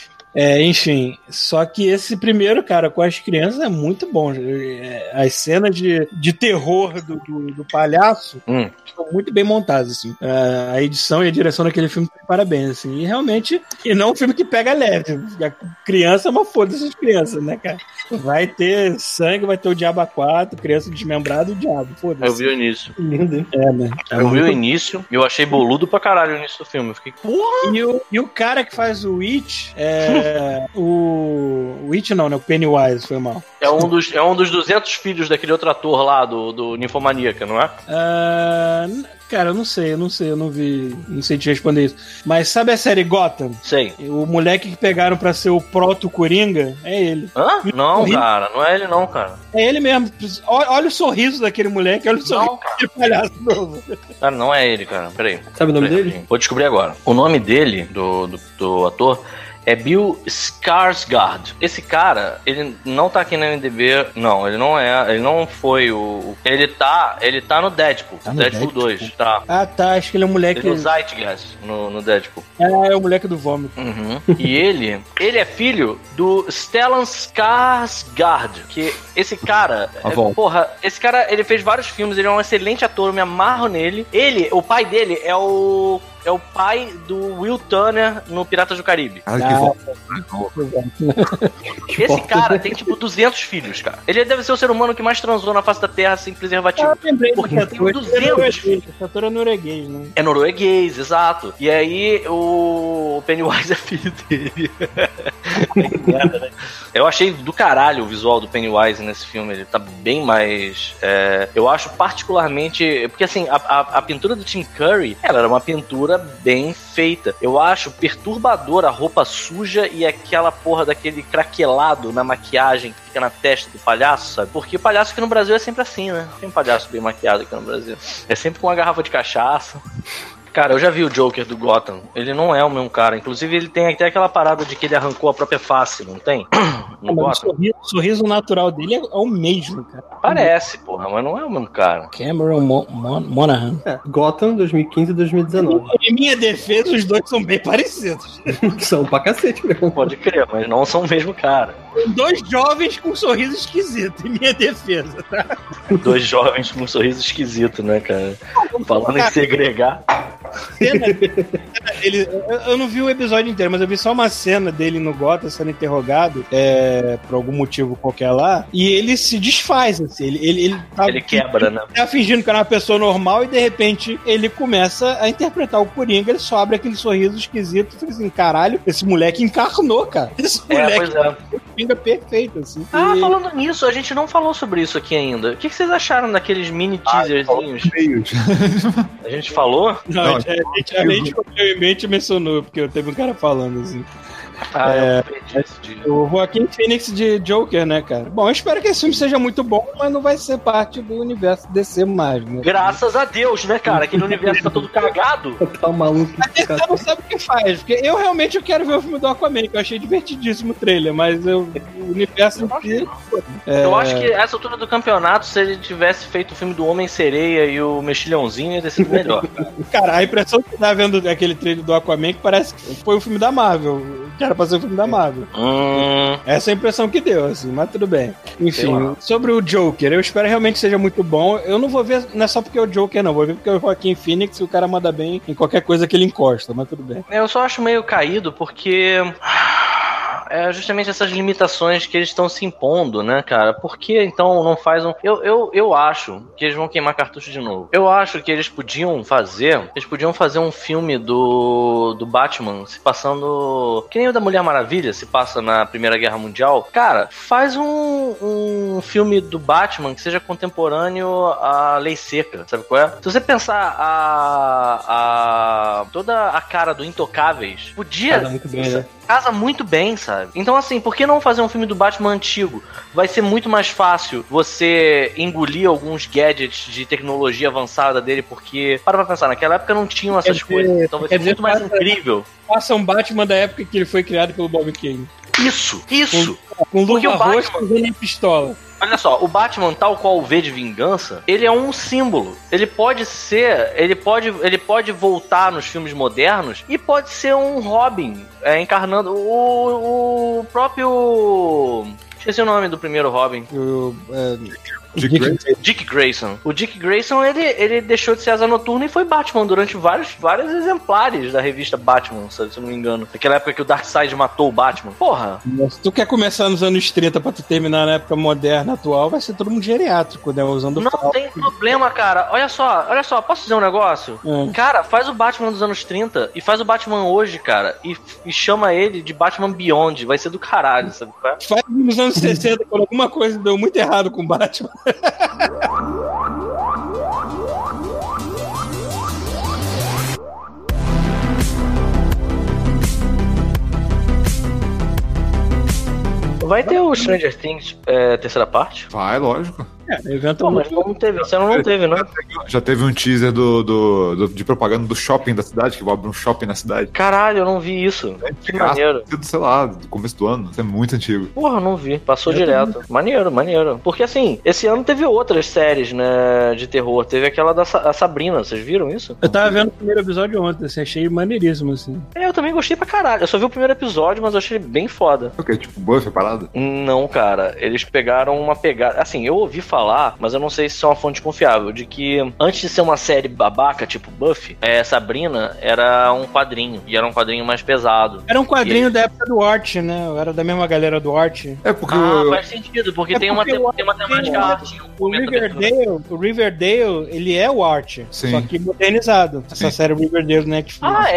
É, enfim, só que esse primeiro, cara, com as crianças é muito bom. É, as cenas de, de terror do, do, do palhaço Hum. são muito bem montadas, assim. É, a edição e a direção daquele filme, parabéns, assim. E realmente, e não é um filme que pega leve. A criança é uma foda dessas crianças, né, cara? Vai ter sangue, vai ter o Diabo quatro, criança desmembrada e o diabo, foda-se. Eu vi o início. Lindo, hein? É, né? É Eu vi muito- o início e eu achei boludo pra caralho o início do filme. Eu fiquei, porra! E o, e o cara que faz o It, é, o, o It não, né? O Pennywise, foi mal. É um dos, é um dos duzentos filhos daquele outro ator lá, do, do Ninfomaníaca, não é? Ah, n- cara, eu não sei, eu não sei, eu não vi, não sei te responder isso. Mas sabe a série Gotham? Sei. O moleque que pegaram pra ser o proto-Coringa é ele. Hã? Não, Horrível. cara, não é ele não, cara. É ele mesmo. Olha, olha o sorriso daquele moleque, olha o sorriso Não, cara. daquele palhaço novo. Cara, não é ele, cara. Peraí. Sabe o nome Peraí, dele? rapidinho. Vou descobrir agora. O nome dele, do, do, do ator, é Bill Skarsgård. Esse cara, ele não tá aqui na M D B. Não, ele não é. Ele não foi o. o- Ele tá. Ele tá no Deadpool. Tá no Deadpool Deadpool? dois. Tá. Ah, tá, acho que ele é um moleque. Ele é o Zeitgeist no, no Deadpool. É, é o moleque do vômito. Uhum. E ele, ele é filho do Stellan Skarsgård, que esse cara, A é, volta. porra, esse cara, ele fez vários filmes, ele é um excelente ator, eu me amarro nele. Ele, o pai dele é o é o pai do Will Turner no Piratas do Caribe. Cara, que Ah, volta. Esse cara tem tipo duzentos filhos, cara. Ele deve ser o ser humano que mais transou na face da Terra sem preservativo. Ah, lembrei Porque do tem ator. duzentos. Ele é norueguês, esse ator é norueguês, né? É norueguês, exato. E aí o Pennywise é filho dele. Que merda, né? Eu achei do caralho o visual do Pennywise nesse filme. Ele tá bem mais. é, eu acho particularmente. Porque assim, a, a, a pintura do Tim Curry, ela era uma pintura bem feita. Eu acho perturbador a roupa suja e aquela porra daquele craquelado na maquiagem que fica na testa do palhaço, sabe? Porque o palhaço aqui no Brasil é sempre assim, né? Tem um palhaço bem maquiado aqui no Brasil. É sempre com uma garrafa de cachaça. Cara, eu já vi o Joker do Gotham. Ele não é o mesmo cara. Inclusive, ele tem até aquela parada de que ele arrancou a própria face, não tem? No Mas o Gotham. sorriso, o sorriso natural dele é o mesmo, cara. Parece, porra, mas não é o mesmo cara. Cameron Mo Mon Monaghan. É, Gotham dois mil e quinze e dois mil e dezenove. Em minha defesa, os dois são bem parecidos. São pra cacete, né? Pode crer, mas não são o mesmo cara. Dois jovens com um sorriso esquisito, em minha defesa, tá? Dois jovens com um sorriso esquisito, né, cara? Falando em segregar. Cena dele, eu, eu não vi o episódio inteiro, mas eu vi só uma cena dele no Gotham sendo interrogado é, por algum motivo qualquer lá, e ele se desfaz, assim, ele, ele, ele, tá, Ele quebra, né? tá fingindo que era uma pessoa normal e de repente ele começa a interpretar o Coringa, ele só abre aquele sorriso esquisito e fica assim, caralho, esse moleque encarnou, cara. Esse É, moleque pois é. o Coringa perfeito, assim. Ah, E- falando nisso, a gente não falou sobre isso aqui ainda. O que que vocês acharam daqueles mini teaserzinhos? Meios. A gente falou? Não, Não, a gente, a gente, a gente obviamente mencionou, porque teve um cara falando assim. Ah, É, eu perdi esse dia. O Joaquin Phoenix de Joker, né, cara? Bom, eu espero que esse filme seja muito bom, mas não vai ser parte do universo D C mais, né? Graças a Deus, né, cara? Aquele universo tá todo cagado. Tá um maluco. A D C não sabe o que faz, porque eu realmente eu quero ver o filme do Aquaman, que eu achei divertidíssimo o trailer, mas eu, o universo em si... é, Eu acho que essa altura do campeonato, se ele tivesse feito o filme do Homem-Sereia e o Mexilhãozinho, ia ter sido melhor. Cara, a impressão que dá vendo aquele trailer do Aquaman que parece que foi o filme da Marvel, que era pra ser o filme da Marvel. hum, Essa é a impressão que deu, assim, mas tudo bem. Sei Enfim, lá. sobre o Joker, eu espero realmente que seja muito bom. Eu não vou ver, não é só porque é o Joker, não. Vou ver porque é o Joaquin Phoenix e o cara manda bem em qualquer coisa que ele encosta, mas tudo bem. eu só acho meio caído porque é justamente essas limitações que eles estão se impondo, né, cara? Por que então não faz um... Eu, eu, eu acho que eles vão queimar cartucho de novo. Eu acho que eles podiam fazer... Eles podiam fazer um filme do, do Batman se passando... Que nem o da Mulher Maravilha se passa na Primeira Guerra Mundial. Cara, faz um, um filme do Batman que seja contemporâneo à Lei Seca, sabe qual é? Se você pensar a... a toda a cara do Intocáveis, podia... Casa muito bem, né? Casa muito bem, sabe? Então, assim, por que não fazer um filme do Batman antigo? Vai ser muito mais fácil você engolir alguns gadgets de tecnologia avançada dele, porque, para pra pensar, naquela época não tinham essas Quer coisas. dizer- Então vai quer ser dizer, muito mais passa- incrível. Faça um Batman da época que ele foi criado pelo Bob Kane. Isso, isso! Com Porque luva o Batman- roxa usando uma pistola. Olha só, o Batman, tal qual o V de Vingança, ele é um símbolo. Ele pode ser, ele pode, ele pode voltar nos filmes modernos e pode ser um Robin, é, encarnando o, o próprio... Esqueci o nome do primeiro Robin. O, é, Dick Grayson. Dick Grayson. O Dick Grayson, ele, ele deixou de ser Asa Noturna e foi Batman durante vários, vários exemplares da revista Batman, se eu não me engano. Naquela época que o Darkseid matou o Batman. Porra! Se tu quer começar nos anos trinta pra tu terminar na época moderna atual, vai ser todo mundo geriátrico, né? Usando Não fralda. tem problema, cara. Olha só, olha só, posso dizer um negócio? Hum. Cara, faz o Batman dos anos trinta e faz o Batman hoje, cara, e, e chama ele de Batman Beyond. Vai ser do caralho, sabe? qual é? Faz nos anos sessenta, quando alguma coisa deu muito errado com o Batman. Vai ter o Stranger Things é, terceira parte? Vai, lógico. É, Pô, eventualmente. mas não teve, você não teve, né? Já teve um teaser do, do, do- de propaganda do shopping da cidade, que vai abrir um shopping na cidade. Caralho, eu não vi isso. Que maneiro. Ah, sei lá, do começo do ano. Isso é muito antigo. Porra, eu não vi. Passou Eu direto. Maneiro, maneiro. Porque assim, esse ano teve outras séries, né, de terror. Teve aquela da Sa- a Sabrina, vocês viram isso? Eu tava vendo o primeiro episódio ontem, assim, achei maneiríssimo, assim. É, eu também gostei pra caralho. Eu só vi o primeiro episódio, mas eu achei bem foda. O que? Tipo, Buffy, a parada? Não, cara, eles pegaram uma pegada. Assim, eu ouvi falar, mas eu não sei se isso é uma fonte confiável, de que antes de ser uma série babaca, tipo Buffy, é, Sabrina era um quadrinho. E era um quadrinho mais pesado. Era um quadrinho da época do Art, né? Era da mesma galera do Art. É porque Ah, o- faz sentido, porque, É tem, uma porque te- o- tem uma temática o- arte. um O momento abertura. Riverdale, o Riverdale, ele é o Art, Sim. só que modernizado. Essa Sim. série Riverdale do Netflix. Ah, é?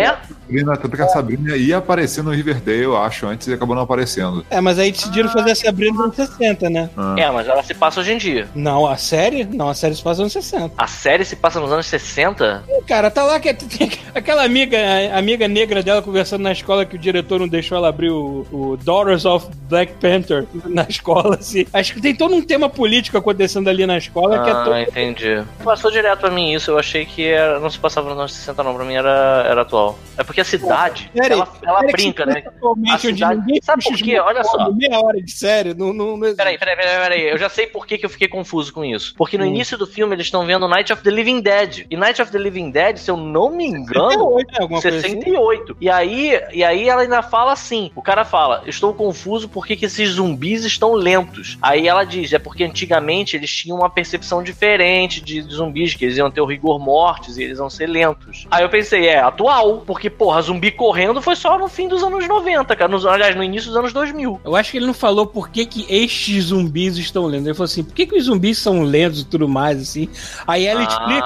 Sabrina, tanto que a Sabrina ia aparecer no Riverdale, eu acho, antes e acabou não aparecendo. É, mas aí decidiram fazer a Sabrina nos anos sessenta, né? Ah. É, mas ela se passa hoje em dia. Não, a série? Não, a série se passa nos anos sessenta. A série se passa nos anos sessenta? E, cara, tá lá que tem aquela amiga, a amiga negra dela conversando na escola que o diretor não deixou ela abrir o, o Daughters of Black Panther na escola, assim. Acho que tem todo um tema político acontecendo ali na escola Ah, que é todo... entendi. Passou direto pra mim isso, eu achei que era, não se passava nos anos sessenta não, pra mim era, era atual. É porque a cidade, Pera aí, ela, ela pera brinca, que né? atualmente A onde cidade- ninguém Sabe por puxa quê? Olha só. meia hora de série, não, não, não existe. Peraí, peraí, peraí, peraí, eu já sei por que, que eu fiquei confuso com isso. Porque no Hum. início do filme eles estão vendo Night of the Living Dead. E Night of the Living Dead, se eu não me sessenta e engano, oito, né? Alguma coisa assim. sessenta e oito. E aí, e aí ela ainda fala assim: o cara fala, estou confuso porque que esses zumbis estão lentos. Aí ela diz, é porque antigamente eles tinham uma percepção diferente de, de zumbis, que eles iam ter o rigor mortis e eles iam ser lentos. Aí eu pensei, é atual, porque, porra, zumbi correndo foi só no fim dos anos noventa, cara. Nos, aliás, no início dos anos dois mil. Eu acho que ele não falou por que, que estes zumbis estão lentos. Ele falou assim, por que, que os zumbis são lentos e tudo mais, assim. Aí ela explica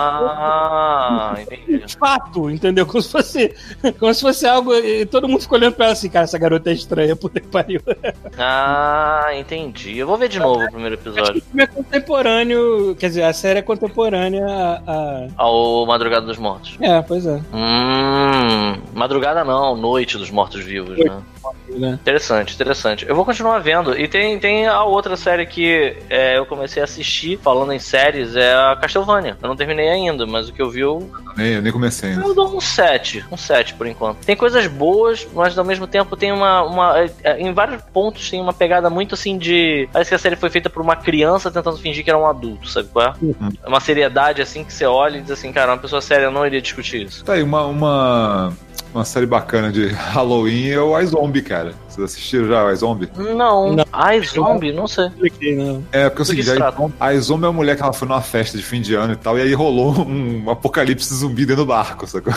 Ah, entendi. um fato, entendeu? Como se fosse, como se fosse algo... E todo mundo ficou olhando pra ela assim, cara, essa garota é estranha, puta que pariu. Ah, entendi. Eu vou ver de novo o primeiro Acho que episódio. o filme é contemporâneo, quer dizer, a série é contemporânea a... a... Ao Madrugada dos Mortos. É, pois é. Hum, madrugada não, Noite dos Mortos-Vivos, né? Né? Interessante, interessante. Eu vou continuar vendo. E tem, tem a outra série que é, eu comecei a assistir, falando em séries, é a Castlevania. Eu não terminei ainda, mas o que eu vi, eu, Nem, eu nem comecei ainda. eu dou um sete. Um sete por enquanto. Tem coisas boas, mas ao mesmo tempo tem uma, uma. Em vários pontos tem uma pegada muito assim de. Parece que a série foi feita por uma criança tentando fingir que era um adulto, sabe qual é? Uhum. É uma seriedade assim que você olha e diz assim, cara, uma pessoa séria não iria discutir isso. Tá aí, uma, uma, uma série bacana de Halloween é o iZombie, cara. Vocês assistiram já o iZombie? Não. Não. Ai, zombie, não sei. Expliquei, não. É, porque é o Do que seguinte, se a trata? iZombie- a iZombie é uma mulher que ela foi numa festa de fim de ano e tal, e aí rolou um apocalipse zumbi dentro do barco, sacou?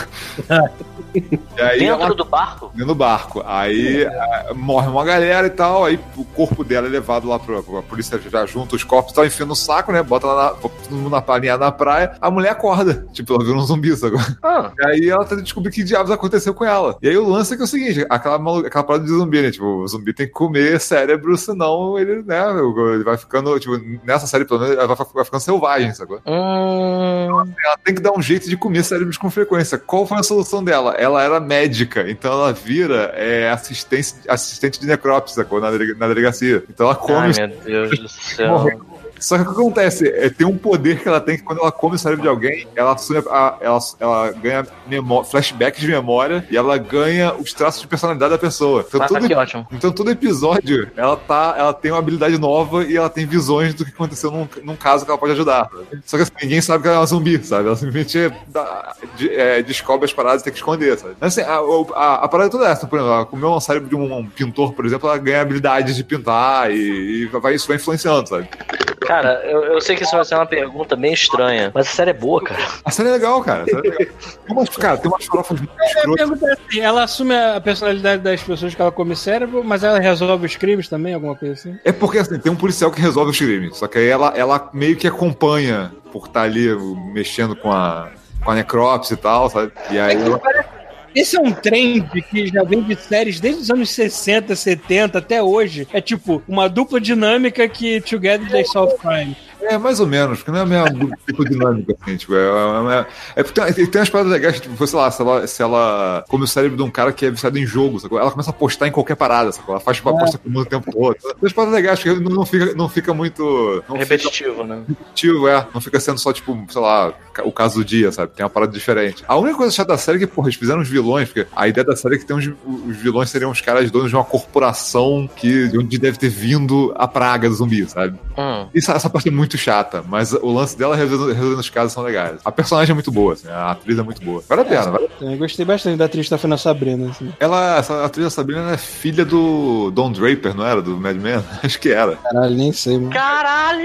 E aí Dentro ela- do barco? dentro do barco. Aí ah, morre uma galera e tal, aí o corpo dela é levado lá pra, pra polícia, já junta os corpos e tal, enfia no saco, né? Bota lá na, todo mundo na palhinha na praia, a mulher acorda. Tipo, ela vira um zumbi, sacou? Ah, E aí ela tenta descobrir que diabos aconteceu com ela. E aí o lance é que é o seguinte, aquela, malu- aquela parada de zumbi, né? Tipo, o zumbi tem que comer cérebro, senão ele, né, ele vai ficando, tipo, nessa série pelo menos, ela vai, vai ficando selvagem, sacou? hum, Ela tem que dar um jeito de comer cérebros com frequência. Qual foi a solução dela? Ela era médica, então ela vira é, assistente, assistente de necrópsia, sacou? Na, delega- na delegacia. Então ela come. ai, meu Deus do céu. Só que o que acontece? É, tem um poder que ela tem que quando ela come o cérebro de alguém, ela, assume a- ela, ela ganha memó- flashbacks de memória e ela ganha os traços de personalidade da pessoa. Então, Ah, todo, que ótimo. então todo episódio ela, tá, ela tem uma habilidade nova e ela tem visões do que aconteceu num, num caso que ela pode ajudar. Só que assim, ninguém sabe que ela é uma zumbi, sabe? Ela simplesmente é, dá- de- é, descobre as paradas e tem que esconder, sabe? Mas, assim, a, a, a parada é toda essa. Por exemplo, ela comeu um cérebro de um, um pintor, por exemplo, ela ganha habilidades de pintar e, e vai, isso vai influenciando, sabe? Cara, eu, eu sei que isso vai ser uma pergunta meio estranha, mas a série é boa, cara. A série é legal, cara. A série é legal. Tem umas, cara, tem umas farofas muito A escrotas. pergunta é assim, ela assume a personalidade das pessoas que ela come cérebro, mas ela resolve os crimes também, alguma coisa assim? É porque assim, tem um policial que resolve os crimes. Só que aí ela, ela meio que acompanha por estar ali mexendo com a, com a necrópsia e tal, sabe? E aí ela, Esse é um trend que já vem de séries desde os anos sessenta, setenta até hoje. É tipo, uma dupla dinâmica que together they solve crime. é mais ou menos, porque não é a mesma tipo dinâmica, assim, tipo, é, é, é, é porque tem, tem umas paradas legais, tipo, sei lá, se ela, se ela come o cérebro de um cara que é viciado em jogo, sacou? Ela começa a apostar em qualquer parada, sacou? Ela faz tipo, aposta com o mundo o tempo todo. Tem umas paradas legais, porque não, não, fica, não fica muito... Não Repetitivo, né? fica repetitivo, é. Não fica sendo só, tipo, sei lá, o caso do dia, sabe? Tem uma parada diferente. A única coisa chata da série é que, porra, eles fizeram uns vilões, porque a ideia da série é que tem uns, os vilões seriam os caras donos de uma corporação que, de onde deve ter vindo a praga do zumbi, sabe? Hum. Isso, essa parte é muito chata, mas o lance dela resolvendo, resolvendo os casos são legais. A personagem é muito boa, assim, a atriz é muito boa. Vale a pena, vale a pena. Eu gostei bastante da atriz que tá fazendo a Sabrina, assim. Ela, essa atriz da Sabrina é filha do Don Draper, não era? Do Mad Men? Acho que era. Caralho, nem sei, mano. Caralho!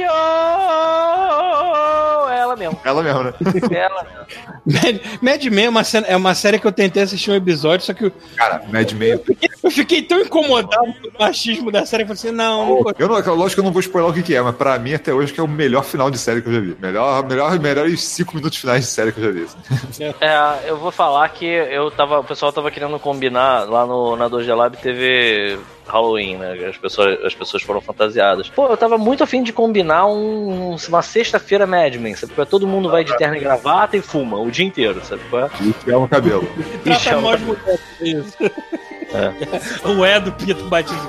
Ela mesmo. Ela mesmo, né? Ela mesmo. Mad, Mad Men é uma, cena- é uma série que eu tentei assistir um episódio, só que eu, Cara, Mad Men. eu Eu fiquei tão incomodado com o machismo da série que eu falei assim, não, não vou... Eu não, lógico que eu não vou spoiler o que, que é, mas pra mim até hoje que é o melhor final de série que eu já vi. Melhor, melhor, melhores cinco minutos finais de série que eu já vi. Assim. É, eu vou falar que eu tava, o pessoal tava querendo combinar lá no, na Doja Lab, teve Halloween, né? As pessoas, as pessoas foram fantasiadas. Pô, eu tava muito afim de combinar um, uma sexta-feira Mad Men, sabe? Porque todo mundo vai de terno e gravata e fuma o dia inteiro, sabe? E ficar no cabelo. E trata mal as mulheres, isso. É. O é do Pito Batista.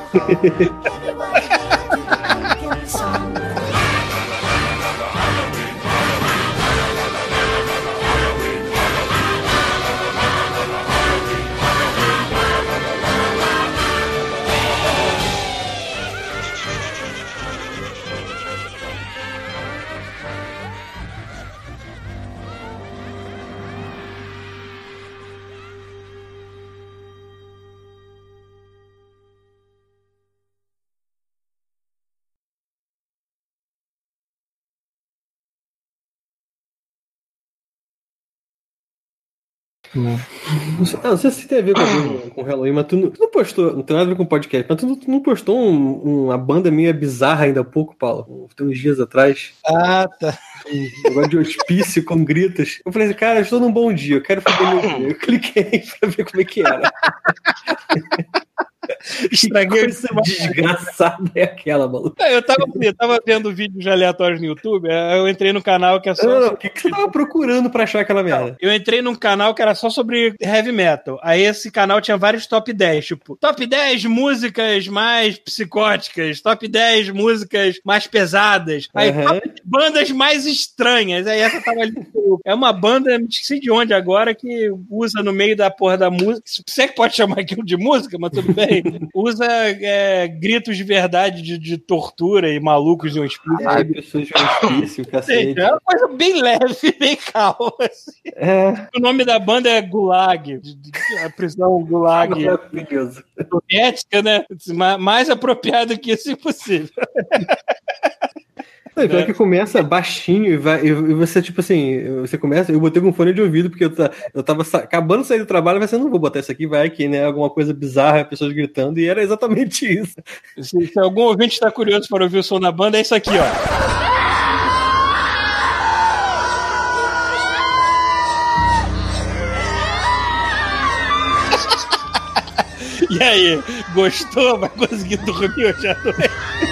Não. Não sei se tem a ver com, com Halloween, mas tu não, tu não postou, não tem nada a ver com podcast, mas tu não, tu não postou um, uma banda meio bizarra ainda há pouco, Paulo? Tem uns dias atrás. Ah, tá. Um negócio de hospício com gritos. Eu falei assim, cara, eu estou num bom dia, eu quero fazer meu dia. Eu cliquei pra ver como é que era. Estraguei que coisa desgraçada é aquela, maluco. Eu tava, eu tava vendo vídeos aleatórios no YouTube, eu entrei no canal que é só... Não, não, o que, que você tava procurando pra achar aquela merda? Eu entrei num canal que era só sobre heavy metal. Aí esse canal tinha vários top dez, tipo, top dez músicas mais psicóticas, top dez músicas mais pesadas, aí uhum. top bandas mais estranhas. Aí essa tava ali. É uma banda, me esqueci de onde agora, que usa no meio da porra da música. Você que pode chamar aquilo de música, mas tudo bem. Usa é, gritos de verdade de, de tortura e malucos de um hospício. É, pessoas de um hospício, cacete. É uma coisa bem leve, bem calma. Assim. É. O nome da banda é Gulag. De, de, a prisão Gulag. Maravilhoso. Ética, né? Mais apropriado que isso, impossível. Não, então é que começa baixinho e, vai, e você, tipo assim, você começa. Eu botei com fone de ouvido porque eu, tá, eu tava sa- acabando de sair do trabalho e pensei, não vou botar isso aqui, vai aqui, né? Alguma coisa bizarra, pessoas gritando, e era exatamente isso. Se, se algum ouvinte está curioso para ouvir o som da banda, é isso aqui, ó. E aí, gostou? Vai conseguir dormir hoje à noite?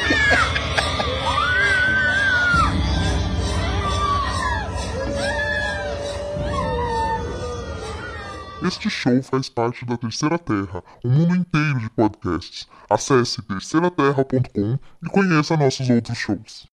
Este show faz parte da Terceira Terra, um mundo inteiro de podcasts. Acesse terceira terra ponto com e conheça nossos outros shows.